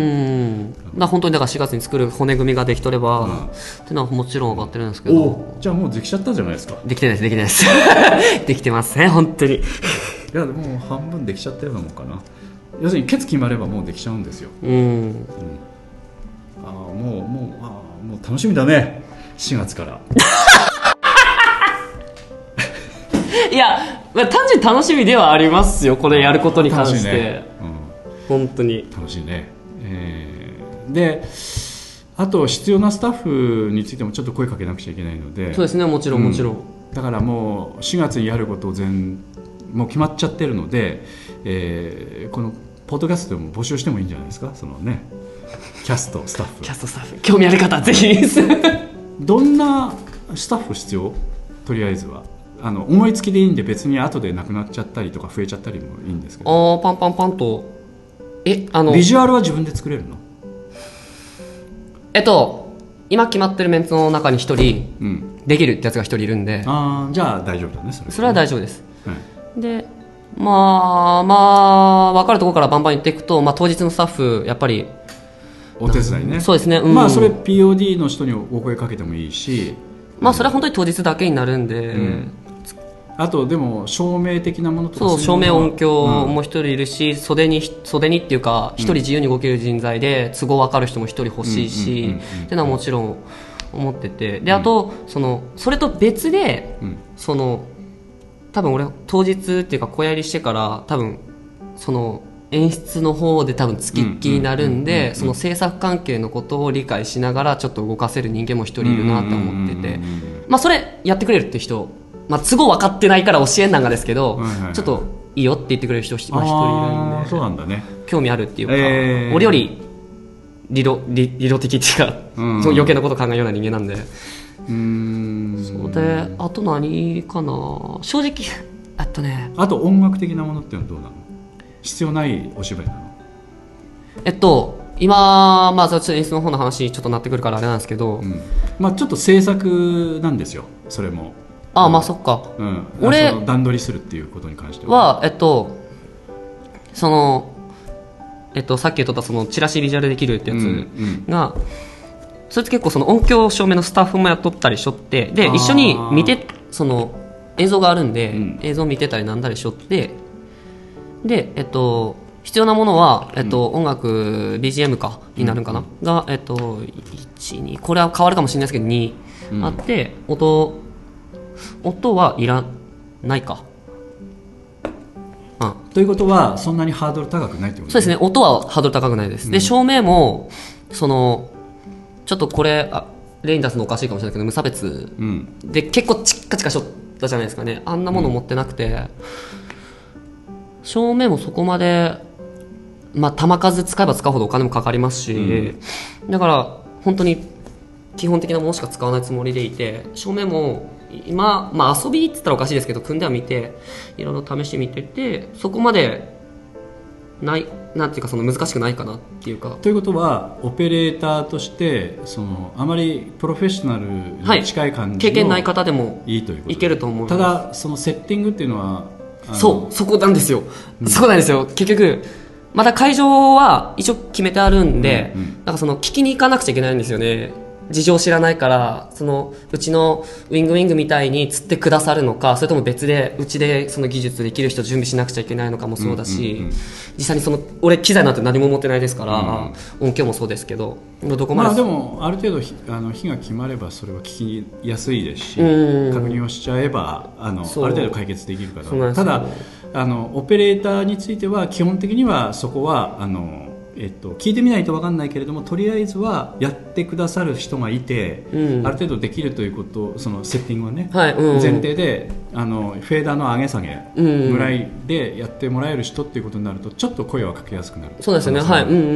だ本当にだからしがつに作る骨組みができとれば、うん、っていうのはもちろん分かってるんですけど、 じゃあもうできちゃったじゃないですか。 できてないですできてないですできてますね本当に。いやでも半分できちゃったようなもんかな。要するにケツ決まればもうできちゃうんですよ、うんうん、あもうもうあもう楽しみだねしがつからいや、まあ、単純に楽しみではありますよこれやることに関して、ね、うん、本当に楽しいね、えー、であと必要なスタッフについてもちょっと声かけなくちゃいけないので、 そうですね、もちろんもちろん、うん、 だからもうしがつにやることを全もう決まっちゃってるので、えー、このポッドキャストでも募集してもいいんじゃないですか、そのねキャストスタッフキャストスタッフ興味ある方ぜひどんなスタッフ必要？とりあえずはあの思いつきでいいんで、別に後でなくなっちゃったりとか増えちゃったりもいいんですけど、 あパンパンパンとえあのビジュアルは自分で作れるの？ えっと今決まってるメンツの中に一人、うん、できるってやつが一人いるんで、 あじゃあ大丈夫だね、それはね。 それは大丈夫です、はい、でまあまあ分かるところからバンバン言っていくと、まあ、当日のスタッフやっぱりお手伝いね。 そうですね、うん、 まあそれ ピーオーディー の人にお声かけてもいいし、 まあそれは本当に当日だけになるんで、うん、 あとでも照明的なものとか、 そう照明音響も一人いるし、うん、袖に袖にっていうか一人自由に動ける人材で都合分かる人も一人欲しいしっていうのはもちろん思ってて、であとそのそれと別で、うん、その多分俺当日っていうか小やりしてから多分その演出の方で多分付きっきりになるんで、その制作関係のことを理解しながらちょっと動かせる人間も一人いるなって思ってて、まあそれやってくれるって人、まあ都合分かってないから教えんなんがですけど、はいはいはい、ちょっといいよって言ってくれる人一人いるんで、 そうなんだね、興味あるっていうか、えー、俺より理論、理、理論的っていうか、うんうん、その余計なこと考えるような人間なんで、うーんそうで、あと何かな、正直あとね、 あと音楽的なものっていうのはどうなの？必要ないお芝居なの？ えっと今、まあ、ちょっと演出の方の話にちょっとなってくるからあれなんですけど、うん、 まあ、ちょっと制作なんですよそれも。 ああ、うん、まあそっか、 うん、俺その段取りするっていうことに関してははえっとそのえっとさっき言っとったそのチラシビジュアルできるってやつが、うんうん、それって結構その音響照明のスタッフもやっとったりしょって、で一緒に見てその映像があるんで、うん、映像見てたりなんだりしょって、でえっと必要なものは、えっと、うん、音楽 ビージーエム かになるんかな、うん、が、えっと、いち、にこれは変わるかもしれないですけどに、うん、あって、音音はいらないか、 うん、ということはそんなにハードル高くないってことですね。 そうですね、音はハードル高くないです、うん、で照明もそのちょっとこれあ例に出すのおかしいかもしれないけど無差別、うん、で結構チッカチカしょったじゃないですかね、あんなもの持ってなくて、うん、照明もそこまで、まあ、弾数使えば使うほどお金もかかりますし、うん、だから本当に基本的なものしか使わないつもりでいて、照明も今、まあ、遊びって言ったらおかしいですけど組んではみていろいろ試してみててそこまでないなんていうかその難しくないかなっていうか。 ということはオペレーターとしてそのあまりプロフェッショナルに近い感じの、はい、 経験ない方でもいいということいけると思う。 ただそのセッティングっていうのはそうそこなんですよ、うん、そこなんですよ。結局また会場は一応決めてあるんで、うんうん、なんかその聞きに行かなくちゃいけないんですよね。事情知らないからそのうちのウィングウィングみたいに釣ってくださるのかそれとも別でうちでその技術できる人準備しなくちゃいけないのかもそうだし、うんうんうん、実際にその俺機材なんて何も持ってないですから、うんうん、音響もそうですけどどこまで、 まあ、でもある程度あの日が決まればそれは聞きやすいですし、うん、確認をしちゃえばあのある程度解決できるから。ただあのオペレーターについては基本的にはそこはあのえっと、聞いてみないと分かんないけれどもとりあえずはやってくださる人がいて、うん、ある程度できるということそのセッティングはね、はいうん、前提であのフェーダーの上げ下げぐらいでやってもらえる人っていうことになるとちょっと声はかけやすくなる。 そうですね、はいうんうんうん、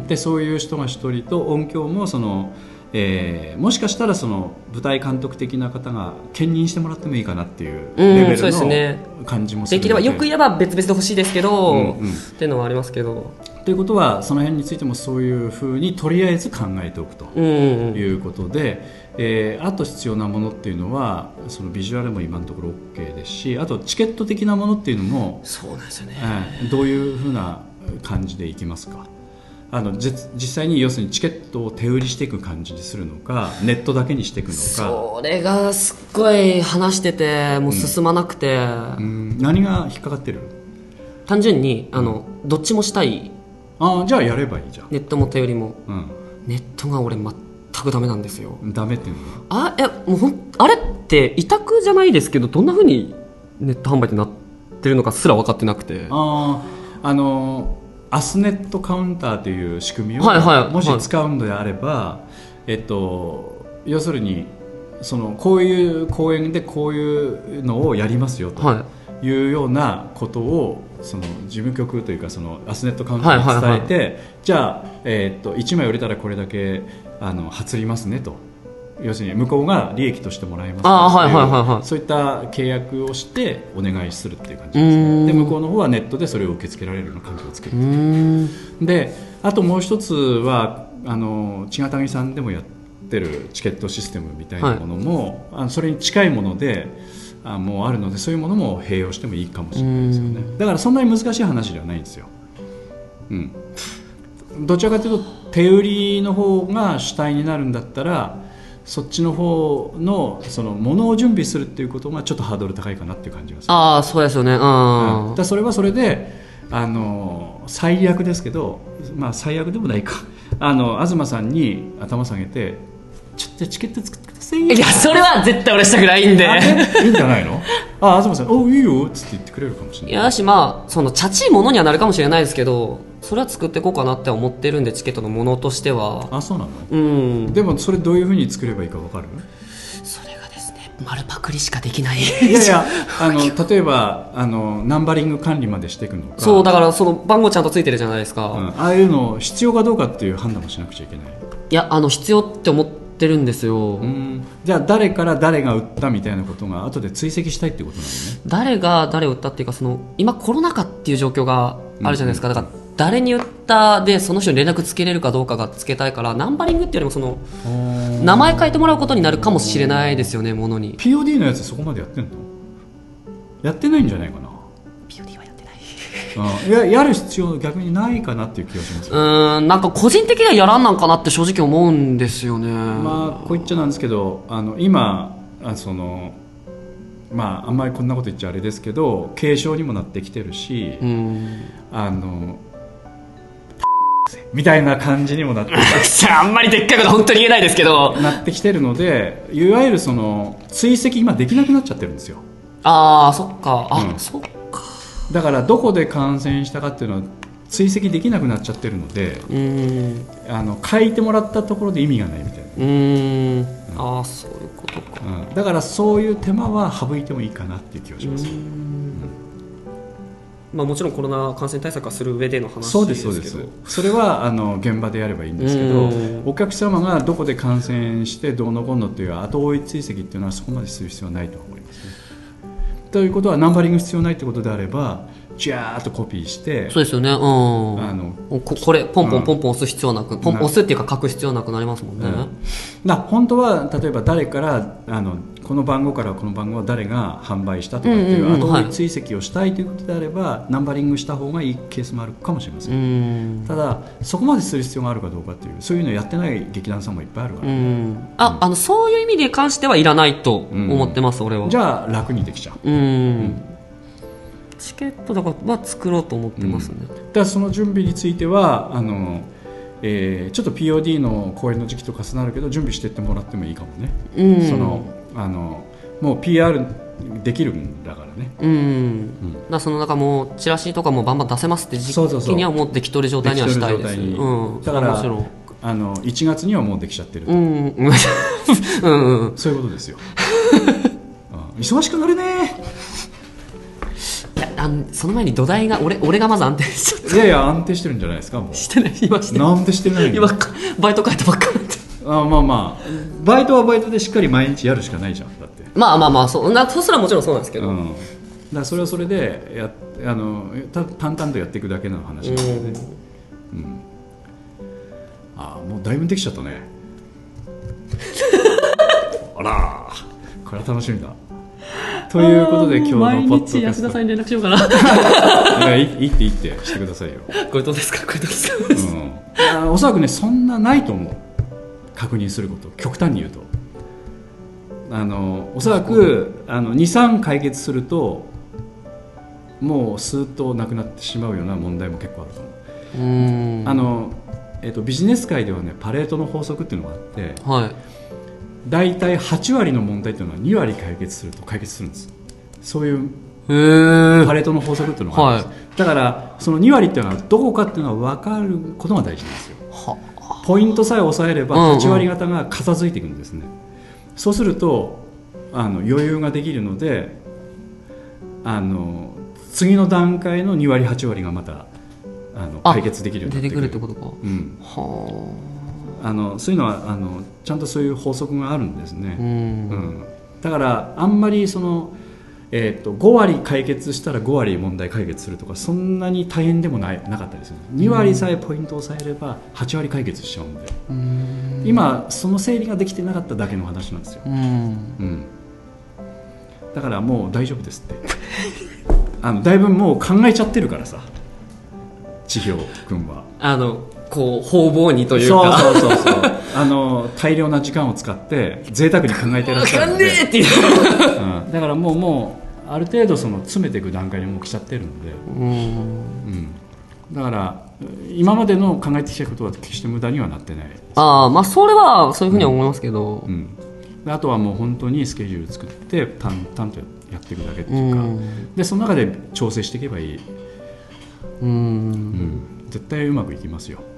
でそういう人が一人と音響もそのえー、もしかしたらその舞台監督的な方が兼任してもらってもいいかなっていうレベルの感じもするので、 できればよく言えば別々で欲しいですけど、うんうん、っていうのはありますけど。 ということはその辺についてもそういうふうにとりあえず考えておくということで、うんうんうんえー、あと必要なものっていうのはそのビジュアルも今のところ OK ですしあとチケット的なものっていうのもそうなんですよね、 えー、どういうふうな感じでいきますか。あの実際に要するにチケットを手売りしていく感じにするのかネットだけにしていくのかそれがすっごい話しててもう進まなくて、うんうん、何が引っかかってる。 単純にあの、うん、どっちもしたい。 あじゃあやればいいじゃん。 ネットも手売りも、うん、ネットが俺全くダメなんですよ。 ダメっていうのはあいやもうほんあれって委託じゃないですけどどんな風にネット販売ってなってるのかすら分かってなくてああのアスネットカウンターという仕組みをもし使うのであれば、はいはい、えっと、要するにそのこういう公演でこういうのをやりますよというようなことをその事務局というかそのアスネットカウンターに伝えて、はいはいはい、じゃあ、えっと、いちまい売れたらこれだけあの発りますねと要するに向こうが利益としてもらえますあ、はいはいはいはい、 そういった契約をしてお願いするっていう感じですね。で向こうの方はネットでそれを受け付けられるような環境を作るであともう一つはあの千賀谷さんでもやってるチケットシステムみたいなものも、はい、あのそれに近いものであもうあるのでそういうものも併用してもいいかもしれないですよね。だからそんなに難しい話ではないんですよ、うん、どちらかというと手売りの方が主体になるんだったらそっちの方のそのものを準備するっていうことがちょっとハードル高いかなっていう感じがする。 ああそうですよね、うん、 だそれはそれであの最悪ですけど、まあ、最悪でもないかあの東さんに頭下げてちょっとチケット作ってください。 いやそれは絶対俺したくないんでいいんじゃないの。あ東さんおいいよっつって言ってくれるかもしれない。 いやしまあそのチャチいものにはなるかもしれないですけどそれは作っていこうかなって思ってるんでチケットのものとしては。 あそうなの、 うん、 でもそれどういうふうに作ればいいか分かる。 それがですね丸パクリしかできない。 いやいやあの例えばあのナンバリング管理までしていくのか。 そうだからその番号ちゃんとついてるじゃないですか、うん、 ああいうの必要かどうかっていう判断もしなくちゃいけない。 いやあの必要って思ってるんですよ。 うんじゃあ誰から誰が売ったみたいなことが後で追跡したいってことなのね。 誰が誰を売ったっていうかその今コロナ禍っていう状況があるじゃないですか、うん、だから誰に売ったでその人に連絡つけれるかどうかがつけたいからナンバリングっていうよりもその名前変えてもらうことになるかもしれないですよね。ものにピーオーディー のやつそこまでやってんの。やってないんじゃないかな。 ピーオーディー はやってないうん、や, やる必要逆にないかなっていう気がします、ね、 うーんなんか個人的にはやらんなんかなって正直思うんですよね。 まあこう言っちゃなんですけどあの今あそのまああんまりこんなこと言っちゃあれですけど継承にもなってきてるしうんあのみたいな感じにもなってあんまりでっかいこと本当に言えないですけどなってきてるのでいわゆるその追跡今できなくなっちゃってるんですよ。 ああそっかあ、うん、そっかだからどこで感染したかっていうのは追跡できなくなっちゃってるのでうんあの書いてもらったところで意味がないみたいなうん、 うん、ああそういうことか、 うん、だからそういう手間は省いてもいいかなっていう気がします。うん、 まあ、もちろんコロナ感染対策はする上での話ですけど、 そうですそうです。それはあの現場でやればいいんですけど、お客様がどこで感染してどうのこうのという後追い追跡っていうのはそこまでする必要はないと思いますね。ということはナンバリング必要ないってことであればジャーッとコピーして、 そうですよね、うん、あの こ, これポンポンポンポン押す必要なく、うん、ポン押すっていうか書く必要なくなりますもんね、うん、 だ本当は例えば誰からあのこの番号からこの番号は誰が販売したとかっていう後追い追跡をしたいということであれば、はい、ナンバリングした方がいいケースもあるかもしれません。うんただそこまでする必要があるかどうかっていうそういうのをやってない劇団さんもいっぱいあるから、ね、うんあ、うん、あのそういう意味で関してはいらないと思ってます、うん、俺は。 じゃあ楽にできちゃう。うん、うんチケットだからは作ろうと思ってますね、うん、だからその準備についてはあの、えー、ちょっと ピーオーディー の公演の時期と重なるけど準備していってもらってもいいかもね、うん、そのあのもう ピーアール できるんだからね、うんうん、 だからその中もうチラシとかもバンバン出せますって時期にはもうできとる状態にはしたいです。うん、 だからあのいちがつにはもうできちゃってると、うんうんうん、そういうことですよ忙しくなるね。 いやあのその前に土台が 俺, 俺がまず安定しちゃった。 いやいや安定してるんじゃないですか。もうしてない今してない。 なんでしてないの。 今バイト帰ったばっかりで。 あまあまあバイトはバイトでしっかり毎日やるしかないじゃん。だってまあまあまあそうなそすらもちろんそうなんですけど、うん、だからそれはそれでやあのた淡々とやっていくだけの話なので、ね、うん、うん、あもうだいぶできちゃったねあらこれは楽しみだ。ということで今日のポッドキャスト毎日安田さんに連絡しようかな。 いやいいっていいってしてくださいよ。 これどうですかこれどうですか、 うん、おそらくねそんなないと思う。確認すること極端に言うとあのおそらくあの にさん 解決するともうスーッとなくなってしまうような問題も結構あると思う。うーんあの、えっと、ビジネス界ではねパレートの法則っていうのがあって、はいだいたいはちわりの問題というのはにわり解決すると解決するんです。そういうパレートの法則というのがあるんです、はい、だからそのにわりっていうのはどこかっていうのは分かることが大事なんですよ。はポイントさえ押さえればはちわり方が片付いていくんですね、うんうん、そうするとあの余裕ができるのであの次の段階のにわりはちわりがまたあの解決できるようになってくる。 出てくるってことか、うん、はあのそういうのはあのちゃんとそういう法則があるんですね、うんうん、だからあんまりその、えー、とごわり解決したらごわり問題解決するとかそんなに大変でもないなかったりする。にわりさえポイントを押さえればはちわり解決しちゃうんで、うん、今その整理ができてなかっただけの話なんですよ、うんうん、だからもう大丈夫ですってあのだいぶもう考えちゃってるからさ千尋君はあのこう方々にというかそうそうそうそうあの大量な時間を使って贅沢に考えてらっしゃるので分かんねえっていう、うん、だからもうもうある程度その詰めていく段階にもう来ちゃってるので、うん、うん、だから今までの考えてきたことは決して無駄にはなってない。 ああまあそれはそういうふうには思いますけど、 うんうん、あとはもう本当にスケジュール作って淡々とやっていくだけっていうか、うん、でその中で調整していけばいい、うん、うん、絶対うまくいきますよ。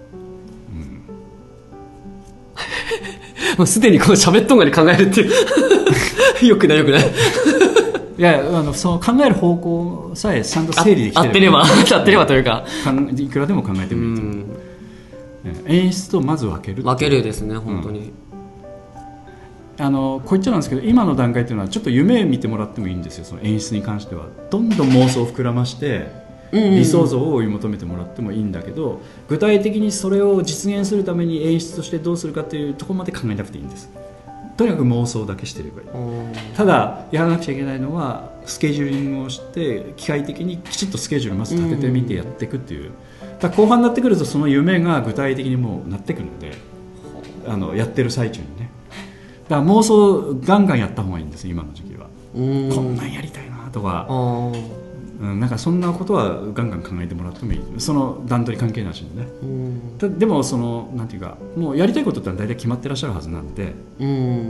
もうすでにこの喋っとんがに考えるっていうよくないよくないいやあのその考える方向さえちゃんと整理できて合ってれば合ってればというかいくらでも考えてもいいと思う。演出とまず分ける分けるですね本当に、 うん、あのこう言っちゃなんですけど今の段階というのはちょっと夢見てもらってもいいんですよ。その演出に関してはどんどん妄想を膨らまして理想像を追い求めてもらってもいいんだけど具体的にそれを実現するために演出としてどうするかというところまで考えなくていいんです。とにかく妄想だけしてればいい。ただやらなくちゃいけないのはスケジューリングをして機械的にきちっとスケジュールをまず立ててみてやっていくっていう。だ後半になってくるとその夢が具体的にもうなってくるのであのやってる最中にねだから妄想ガンガンやった方がいいんです今の時期は。こんなんやりたいなとかうん、なんかそんなことはガンガン考えてもらってもいい。その段取り関係なしにね、うん、でもそのなんていうかもうやりたいことってのは大体決まってらっしゃるはずなんで、うん、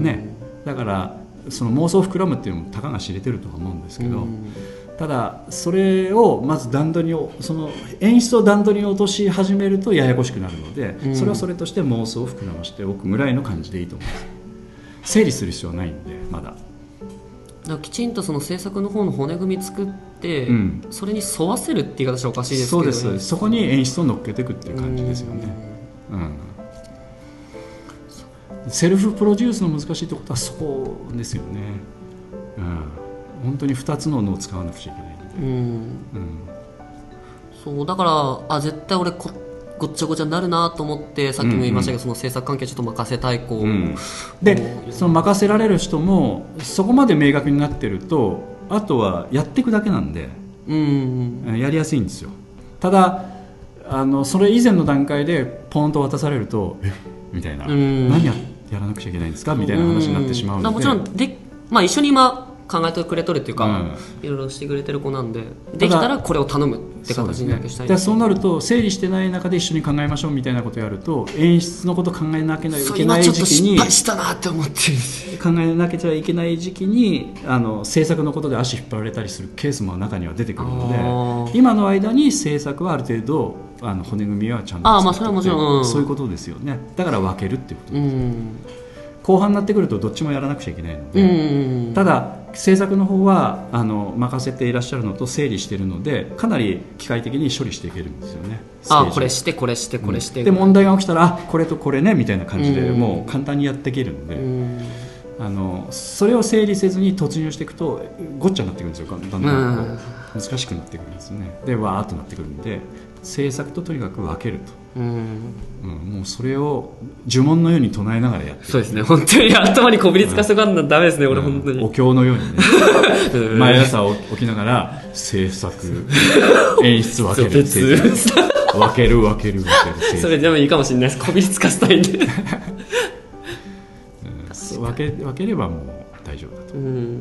ね、だからその妄想膨らむっていうのもたかが知れてるとは思うんですけど、うん、ただそれをまず段取りをその演出を段取りに落とし始めるとややこしくなるので、うん、それはそれとして妄想を膨らましておくぐらいの感じでいいと思います。整理する必要はないんでまだだからきちんとその制作の方の骨組み作って、うん、それに沿わせるって言い方はおかしいですけど、ね、 そうです。そこに演出を乗っけていくっていう感じですよね。うん、うん、セルフプロデュースの難しいところはそうですよね。うん、本当にふたつの脳を使わなくちゃいけないので、うんうん、 そうだからあ絶対俺こごっちゃごちゃになるなと思ってさっきも言いましたけど、うんうん、その制作関係ちょっと任せたい子、うん、 でその任せられる人もそこまで明確になってるとあとはやっていくだけなんで、うんうん、やりやすいんですよ。ただあのそれ以前の段階でポンと渡されるとえみたいな、うん、何 や, やらなくちゃいけないんですかみたいな話になってしまうので、 もちろんで、まあ、一緒に今考えてくれとるっていうか、うん、いろいろしてくれてる子なんでできたらこれを頼むって形にだけしたいです。 そうなると整理してない中で一緒に考えましょうみたいなことをやると演出のことを考えなきゃいけない時期に今ちょっと失敗したなって思ってる考えなきゃいけない時期にあの制作のことで足引っ張られたりするケースも中には出てくるので今の間に制作はある程度あの骨組みはちゃんとあ、まあ、それはもちろん、うん、 そういうことですよね。だから分けるっていうことです、うん、後半になってくるとどっちもやらなくちゃいけないので、うん、ただ制作の方はあの任せていらっしゃるのと整理しているのでかなり機械的に処理していけるんですよね。 あこれしてこれしてこれして、うん、 で問題が起きたらあこれとこれねみたいな感じで、うん、もう簡単にやっていけるので、うん、あのそれを整理せずに突入していくとごっちゃになってくるんですよ。だんだんこう難しくなってくるんですね。でわーっとなってくるんで制作ととにかく分けると、うんうん、もうそれを呪文のように唱えながらやってそうですね。本当に頭にこびりつかせとかんのダメですね、うん、俺本当にお経のようにね毎朝起きながら制作演出分ける分ける分ける分けるそれでもいいかもしれないです。こびりつかせたいんで、 うん、分け、分ければもう大丈夫だと、うん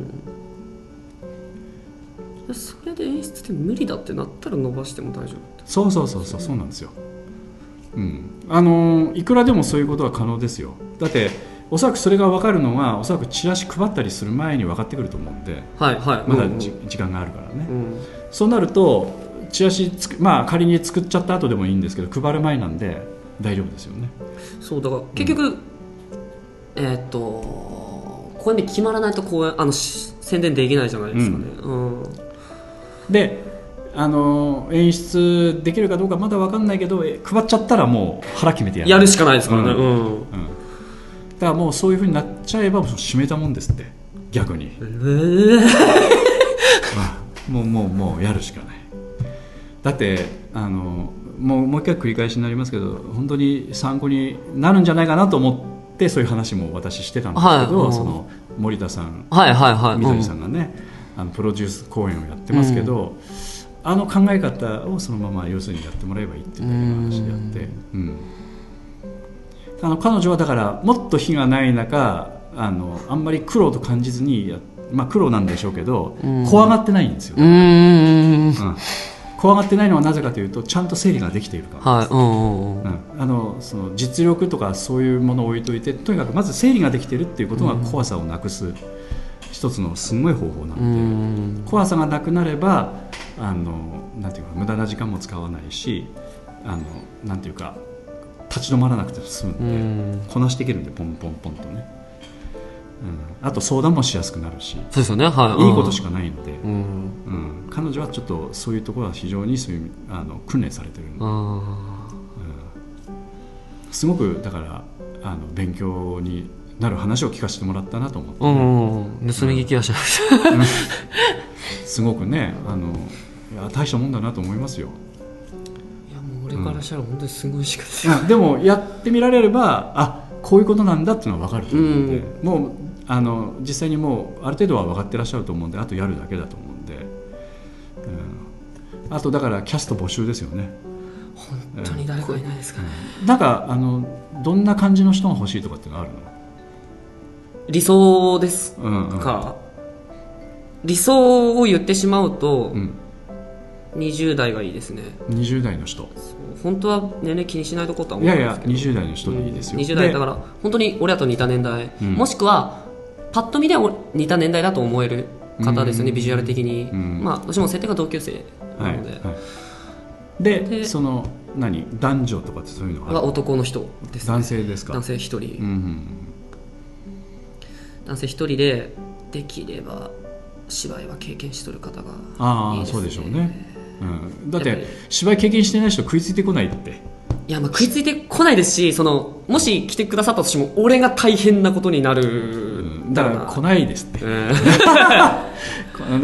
それで演出って無理だってなったら伸ばしても大丈夫。 そうそうそうそうそうなんですよ、うん、あのいくらでもそういうことは可能ですよ。だっておそらくそれが分かるのはおそらくチラシ配ったりする前に分かってくると思うんで、はいはい、まだ、うん、時間があるからね、うん、そうなるとチラシつく、まあ、仮に作っちゃった後でもいいんですけど配る前なんで大丈夫ですよね。 そうだから結局、うん、えー、っと公演で決まらないと公演あの宣伝できないじゃないですかね、うんうんであの演出できるかどうかまだ分かんないけど配っちゃったらもう腹決めてやるやるしかないですからね、うんうんうん、だからもうそういう風になっちゃえばもう締めたもんですって逆に、えーもうもうもうやるしかない。だってあのもう、もう一回繰り返しになりますけど本当に参考になるんじゃないかなと思ってそういう話も私してたんですけど、はい、その森田さん、はいはいはい、水木さんがね、うん、あのプロデュース公演をやってますけど、うん、あの考え方をそのまま要するにやってもらえばいいっていう話であって、うん、あの彼女はだからもっと火がない中 あのあんまり苦労と感じずにや、まあ、苦労なんでしょうけど、うん、怖がってないんですよ、うんうん、怖がってないのはなぜかというとちゃんと整理ができているからです、はいうんうん、あのその実力とかそういうものを置いといてとにかくまず整理ができているっていうことが怖さをなくす一つのすごい方法なので、うん、怖さがなくなればあのなんていうか無駄な時間も使わないしあのなんていうか立ち止まらなくて済むので、うん、こなしていけるんでポンポンポンとね、うん、あと相談もしやすくなるしそうですよね、はい、 いいことしかないので、うんうん、彼女はちょっとそういうところは非常にそういうあの訓練されてるので、うん、すごくだからあの勉強になる話を聞かせてもらったなと思って、ね、うん、 盗み聞きはしましたすごくねあのいや大したもんだなと思いますよ。 いやもう俺からしたら本当にすごいしかですよ、 うん、でもやってみられればあこういうことなんだっていうのは分かると思うので、うん、もうあの実際にもうある程度は分かってらっしゃると思うんであとやるだけだと思うんで、うん、あとだからキャスト募集ですよね。 本当に誰かいないですかね、 うん、なんかあのどんな感じの人が欲しいとかってのあるの？ 理想ですか、うんうん、理想を言ってしまうと、うん、にじゅう代がいいですね。 にじゅう代の人本当は年齢気にしないところとは思うんですけど、いやいやにじゅう代の人でいいですよ、うん、 にじゅう代だから本当に俺らと似た年代、うん、もしくはパッと見で似た年代だと思える方ですよね、うん、ビジュアル的に、うん、まあ私も設定が同級生なので、はいはい、で, でその何男女とかってそういうのは男の人です、ね、 男性ですか？ 男性一人、 うんうん、 男性一人でできれば芝居は経験しとる方がいいですね。ああそうでしょうね、うん、だって芝居経験してない人食いついてこないって。 いやまあ食いついてこないですし、そのもし来てくださったとしても俺が大変なことになる、うん、 だから来ないですって、うん、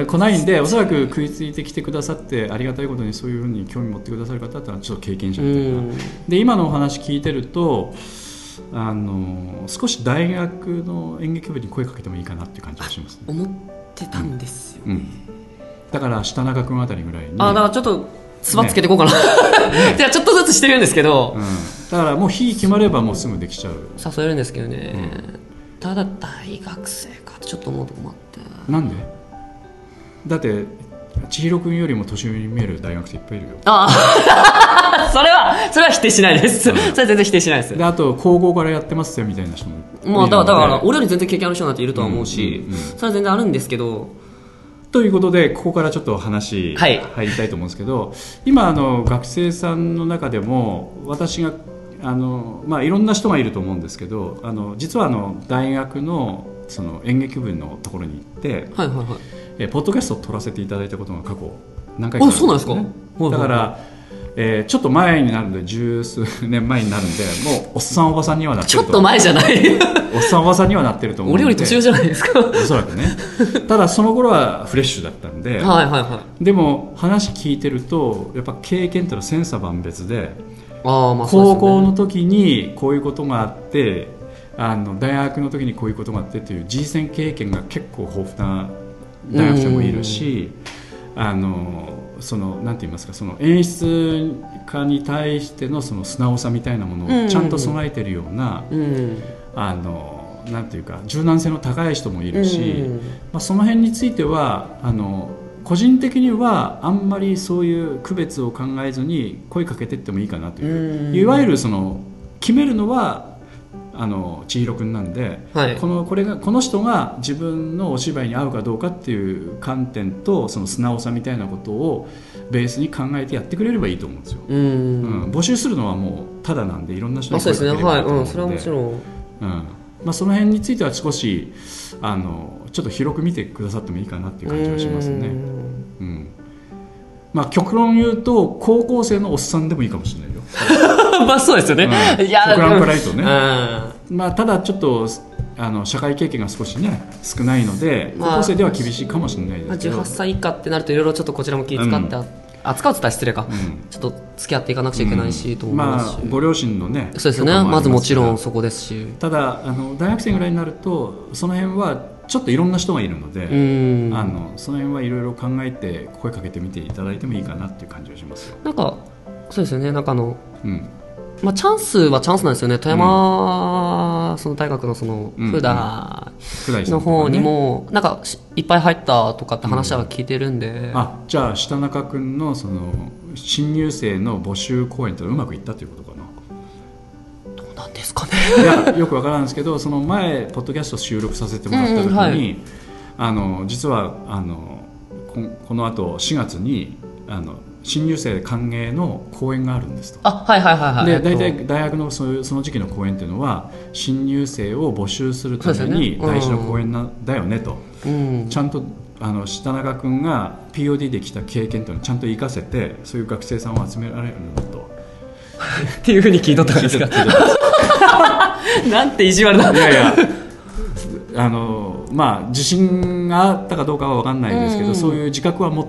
来ないんでおそらく食いついてきてくださってありがたいことにそういうふうに興味持ってくださる方だったらちょっと経験者みたいな、うん、で今のお話聞いてるとあの少し大学の演劇部に声かけてもいいかなっていう感じがします、ね、 思ってたんですよね、うんうん、 だから下中君あたりぐらいにあだからちょっとつばつけていこうかな、ね、じゃあちょっとずつしてるんですけど、 うん、だからもう日決まればもうすぐできちゃう。 誘えるんですけどね、うん、ただ大学生かってちょっと思うとこもあって。 なんで？だって千尋君よりも年上に見える大学生いっぱいいるよ。 ああそれはそれは否定しないです、うん、それは全然否定しないです。 であと高校からやってますよみたいな人もいるので、 まあ、だ, だから俺より全然経験ある人なんているとは思うし、うんうんうん、それは全然あるんですけど。 ということでここからちょっと話入りたいと思うんですけど、はい、今あの学生さんの中でも私があの、まあ、いろんな人がいると思うんですけど、あの実はあの大学 の, その演劇部のところに行って、 はいはいはい、 えポッドキャストを撮らせていただいたことが過去何回かあるんですね。あ、そうなんですか。はいはいはい、だから、えー、ちょっと前になるんで十数年前になるんでもうおっさんおばさんにはなってると。 ちょっと前じゃないおっさんおばさんにはなってると思うんで。 俺より年上じゃないですかおそらくね。ただその頃はフレッシュだったんで、 はいはいはい、 でも話聞いてるとやっぱ経験ってのは千差万別で、 あ、まあそうですね、 高校の時にこういうことがあってあの大学の時にこういうことがあってという人生経験が結構豊富な大学生もいるし、あのそのなんて言いますか、その演出家に対してのその素直さみたいなものをちゃんと備えているような、うんうん、あのなんていうか柔軟性の高い人もいるし、うん、まあ、その辺についてはあの個人的にはあんまりそういう区別を考えずに声かけていってもいいかなという、うん、いわゆるその決めるのはあの千尋くんなんで、はい、このこれがこの人が自分のお芝居に合うかどうかっていう観点とその素直さみたいなことをベースに考えてやってくれればいいと思うんですよ。うん、うん、募集するのはもうただなんでいろんな人に声かければいいと思うので、それはもちろん、うん、まあ、その辺については少しあのちょっと広く見てくださってもいいかなっていう感じがしますね。うん、うん、まあ、極論言うと高校生のおっさんでもいいかもしれないよまあそうですよね、 うん、いや極論から言うとね、うん、まあ、ただちょっとあの社会経験が少しね少ないので、まあ、高校生では厳しいかもしれないですけど、 じゅうはっさい以下ってなるといろいろちょっとこちらも気遣って、うん、扱うって言ったら失礼か、うん、ちょっと付き合っていかなくちゃいけないし、うん、と思いますし、 まあ、ご両親のねそうですよね、まずもちろんそこですし、 ただあの大学生ぐらいになるとその辺はちょっといろんな人がいるので、うん、あのその辺はいろいろ考えて声かけてみていただいてもいいかなっていう感じがしますよ。 なんかそうですよね、なんかあの、うん、まあ、チャンスはチャンスなんですよね。富山、うん、その大学のその普段の方にもなんかいっぱい入ったとかって話は聞いてるんで、うん、 あ、じゃあ下中君のその新入生の募集公演ってうまくいったということかな。 どうなんですかね。 いやよくわからんですけど、その前ポッドキャスト収録させてもらった時に、うん、はい、あの実はあの こ, この後しがつにあの新入生歓迎の講演があるんですと。 あ、はいはいはいはい。 で、大体大学のそういうその時期の講演っていうのは新入生を募集するために大事な講演なんだよねと、うん、ちゃんとあの下中君が ピーオーディー で来た経験というのをちゃんと生かせてそういう学生さんを集められるんだとっていうふうに聞いとったんですか。なんて意地悪なんだ。 いやいやあのまあ、自信があったかどうかは分かんないんですけど、うん、そういう自覚は持って、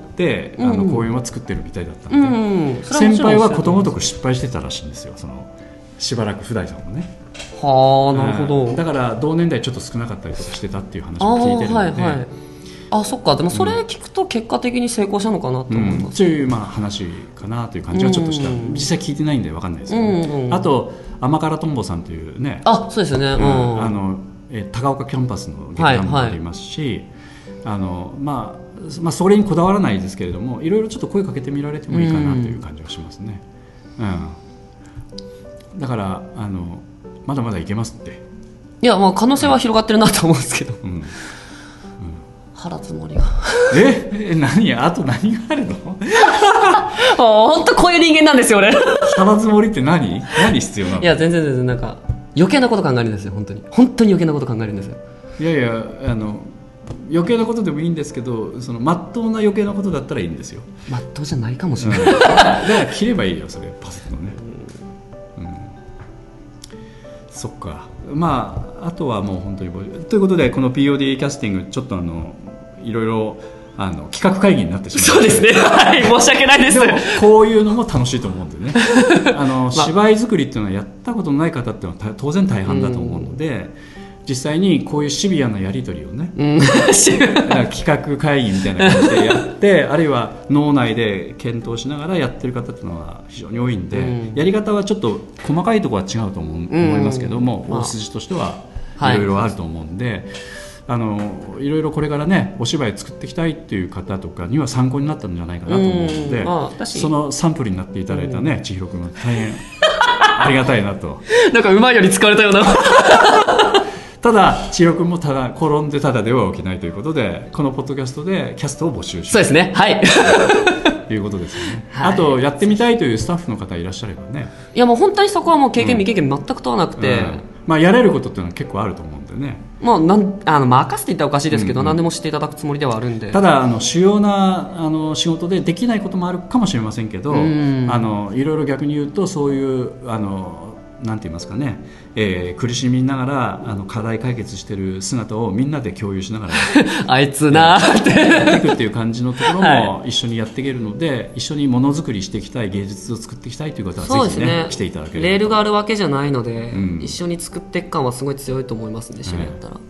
うん、あの講演は作ってるみたいだったので、うん、先輩はことごとく失敗してたらしいんですよ、そのしばらく普代さんもね。 はあ、なるほど。 だから同年代ちょっと少なかったりとかしてたっていう話も聞いてるので、あ、はいはい、 あ、そっか。でもそれ聞くと結果的に成功したのかなと思います、 うん、そういうまあ話かなという感じはちょっとした、うん、実際聞いてないんで分かんないですけど、ね、うん、あと甘辛とんぼさんというね、 あ、そうですよね、うん、 あの高岡キャンパスの劇団もありますし、はいはい、あのまあまあ、それにこだわらないですけれどもいろいろちょっと声かけてみられてもいいかなという感じがしますね、うん、だからあのまだまだいけますって。 いや、まあ、可能性は広がってるなと思うんですけど、うんうん、腹積もりがええ、何あと何があるの本当こういう人間なんですよ俺。 腹積もりって何何必要なの。 いや全然全然なんか余計なこと考えるんですよ。本当に本当に余計なこと考えるんですよ。 いやいや、あの余計なことでもいいんですけど、その真っ当な余計なことだったらいいんですよ。 真っ当じゃないかもしれない、うん、 だから切ればいいよそれパスのね、うん、そっか。まああとはもう本当にということで、この ピーオーディー キャスティングちょっとあのいろいろあの企画会議になってしまう。 そうですね、はい、申し訳ないです。 でもこういうのも楽しいと思うんでねあの、まあ、芝居作りっていうのはやったことのない方っていうのは当然大半だと思うので、実際にこういうシビアなやり取りをね、うん、企画会議みたいな感じでやってあるいは脳内で検討しながらやってる方っていうのは非常に多いんで、うん、やり方はちょっと細かいところは違うと思う、うん、思いますけども、大筋としてはいろいろあると思うんで、はい、あのいろいろこれからねお芝居作っていきたいっていう方とかには参考になったんじゃないかなと思うので、うん、そのサンプルになっていただいたね、うん、千尋君は大変ありがたいなとなんかうまいより使われたようなただ千尋君もただ転んでただでは起きないということで、このポッドキャストでキャストを募集しそうですね、はいということですよね、はい、あとやってみたいというスタッフの方いらっしゃればね。 いやもう本当にそこはもう経験未経験全く問わなくて、うんうん、 まあ、やれることっていうのは結構あると思うんでね、 まあ、なんあの任せていったらおかしいですけど、うんうん、何でも知っていただくつもりではあるんで。 ただあの主要なあの仕事でできないこともあるかもしれませんけど、うん、あのいろいろ逆に言うとそういうあのなんて言いますかね、えー、苦しみながらあの課題解決している姿をみんなで共有しながらあいつなーってやっていくっていう感じのところも一緒にやっていけるので、はい、一緒にものづくりしていきたい、芸術を作っていきたいという方はぜひね、ね来ていただければ。 レールがあるわけじゃないので、うん、一緒に作っていく感はすごい強いと思いますね、一緒にやったら、はい、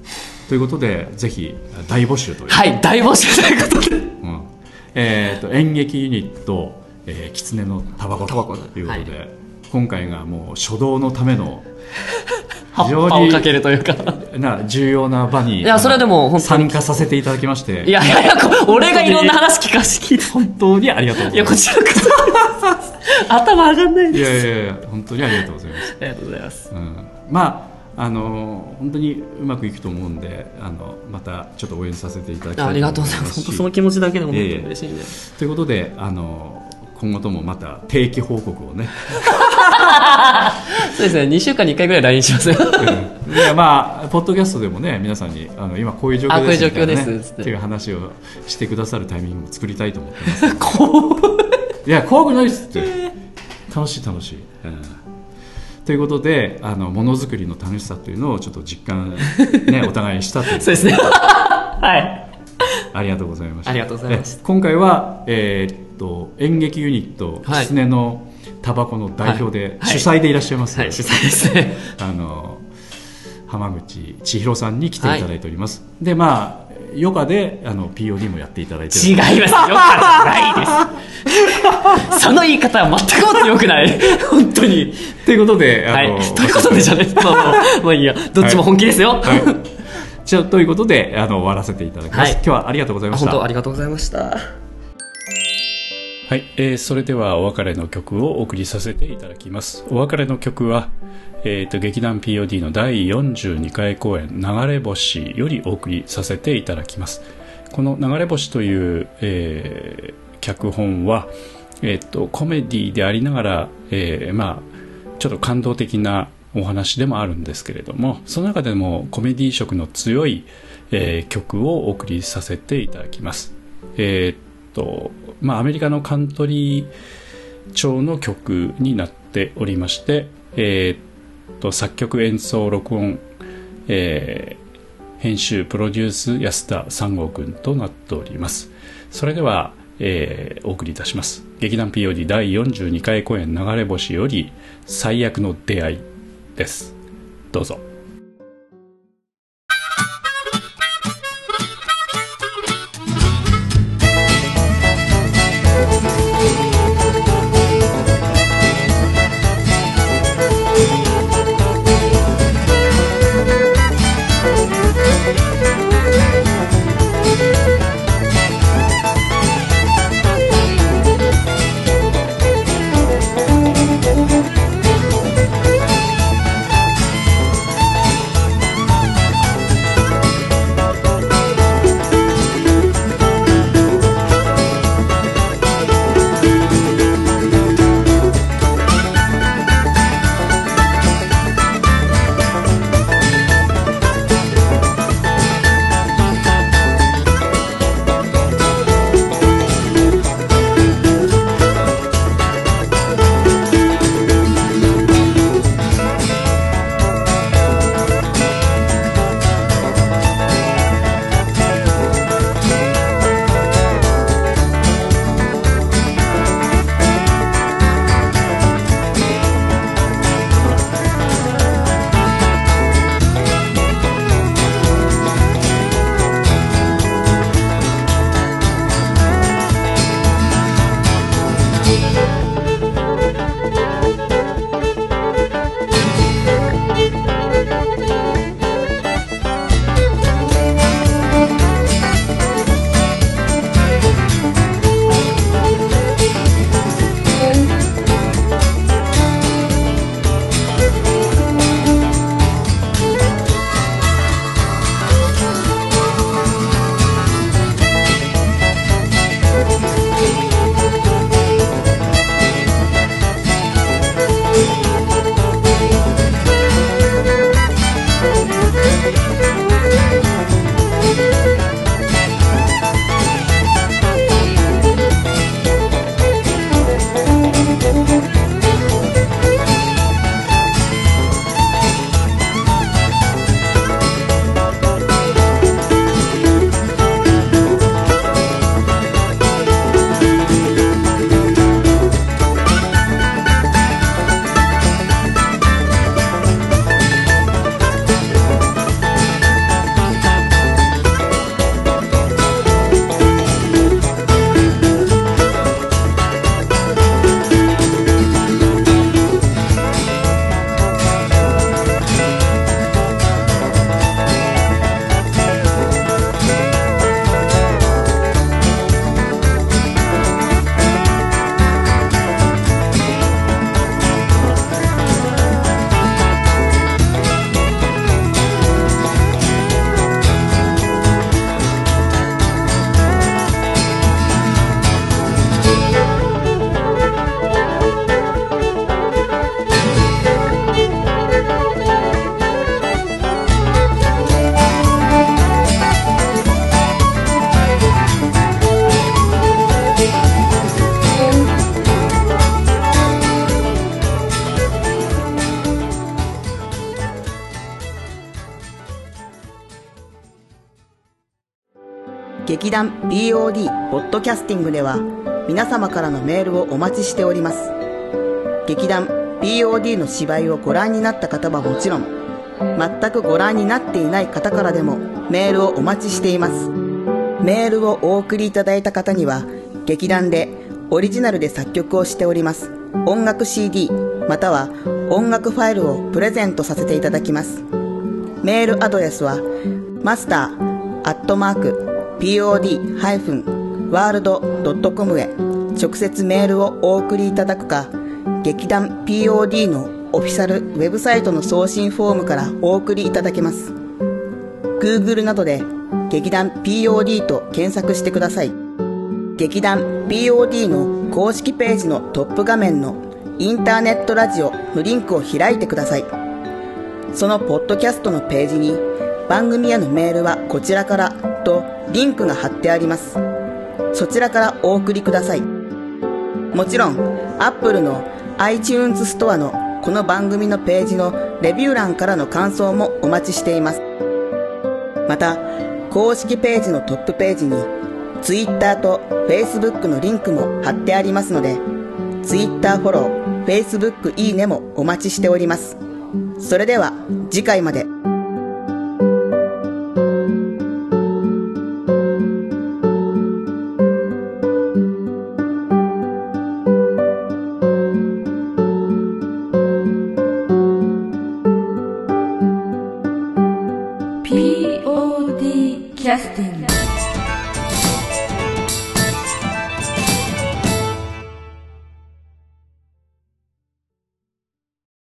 ということでぜひ大募集というはい大募集ということで、 うんえー、と演劇ユニット、えー、狐のタバコということで、はい、今回がもう初動のための非常にかけるというかな重要な場にいやそれでも本当に参加させていただきまして、 いやいやいや俺がいろんな話聞かせて聞いて本当にありがとうございます。 いやこちらこそ頭上がんないです。 いやいやいや本当にありがとうございます。 ありがとうございます、 うん、まああの本当にうまくいくと思うんで、あのまたちょっと応援させていただきたいと思いますし、 ありがとうございます。本当その気持ちだけでも本当に嬉しいんで、えー、ということであの今後ともまた定期報告をねそうですね、にしゅうかんにいっかいぐらい ライン しますよ、 うん、いやまあポッドキャストでもね皆さんにあの今こういう状況ですみたいな、ね、っていう話をしてくださるタイミングも作りたいと思ってます怖いや怖くないですって楽しい楽しい、うん、ということであのものづくりの楽しさというのをちょっと実感、ね、お互いにしたというそうですねはいありがとうございました。 ありがとうございました。 今回は、えー、っと演劇ユニット狐のタバコの代表で、はい、主催でいらっしゃいます、 はいはい、主催ですねあの浜口千尋さんに来ていただいております、はい、でまあ余暇であの ピーオーディー もやっていただいてる。 違います余暇じゃないですその言い方は全くもってよくない本当にということであの、はい、ということでじゃないまあ、まあ、まあいいやどっちも本気ですよ、はいはいじゃあということであの終わらせていただきます、はい、今日はありがとうございました。 本当ありがとうございました。 はい、えー、それではお別れの曲をお送りさせていただきます。お別れの曲は、えー、と劇団 ピーオーディー のだいよんじゅうにかい公演流れ星よりお送りさせていただきます。この流れ星という、えー、脚本は、えー、とコメディでありながら、えー、まあちょっと感動的なお話でもあるんですけれども、その中でもコメディ色の強い、えー、曲をお送りさせていただきます。えー、っとまあアメリカのカントリー調の曲になっておりまして、えー、っと作曲演奏録音、えー、編集プロデュース安田三郷君となっております。それでは、えー、お送りいたします。劇団 ピーオーディー だいよんじゅうにかい公演流れ星より最悪の出会いです。どうぞ。 劇団 ピーオーディー ポッドキャスティングでは皆様からのメールをお待ちしております。劇団 ピーオーディー の芝居をご覧になった方はもちろん、全くご覧になっていない方からでもメールをお待ちしています。メールをお送りいただいた方には劇団でオリジナルで作曲をしております音楽 シーディー または音楽ファイルをプレゼントさせていただきます。メールアドレスはマスターアットマーク ピーオーディー ハイフン ワールド ドットコム へ直接メールをお送りいただくか、劇団 ピーオーディー のオフィシャルウェブサイトの送信フォームからお送りいただけます。 Google などで劇団 ピーオーディー と検索してください。劇団 ピーオーディー の公式ページのトップ画面のインターネットラジオのリンクを開いてください。そのポッドキャストのページに番組へのメールはこちらからとリンクが貼ってあります。そちらからお送りください。もちろん Apple の iTunes ストアのこの番組のページのレビュー欄からの感想もお待ちしています。また公式ページのトップページに Twitter と Facebook のリンクも貼ってありますので、 Twitter フォロー、Facebook いいねもお待ちしております。それでは次回まで。 ピーオーディー キャスティング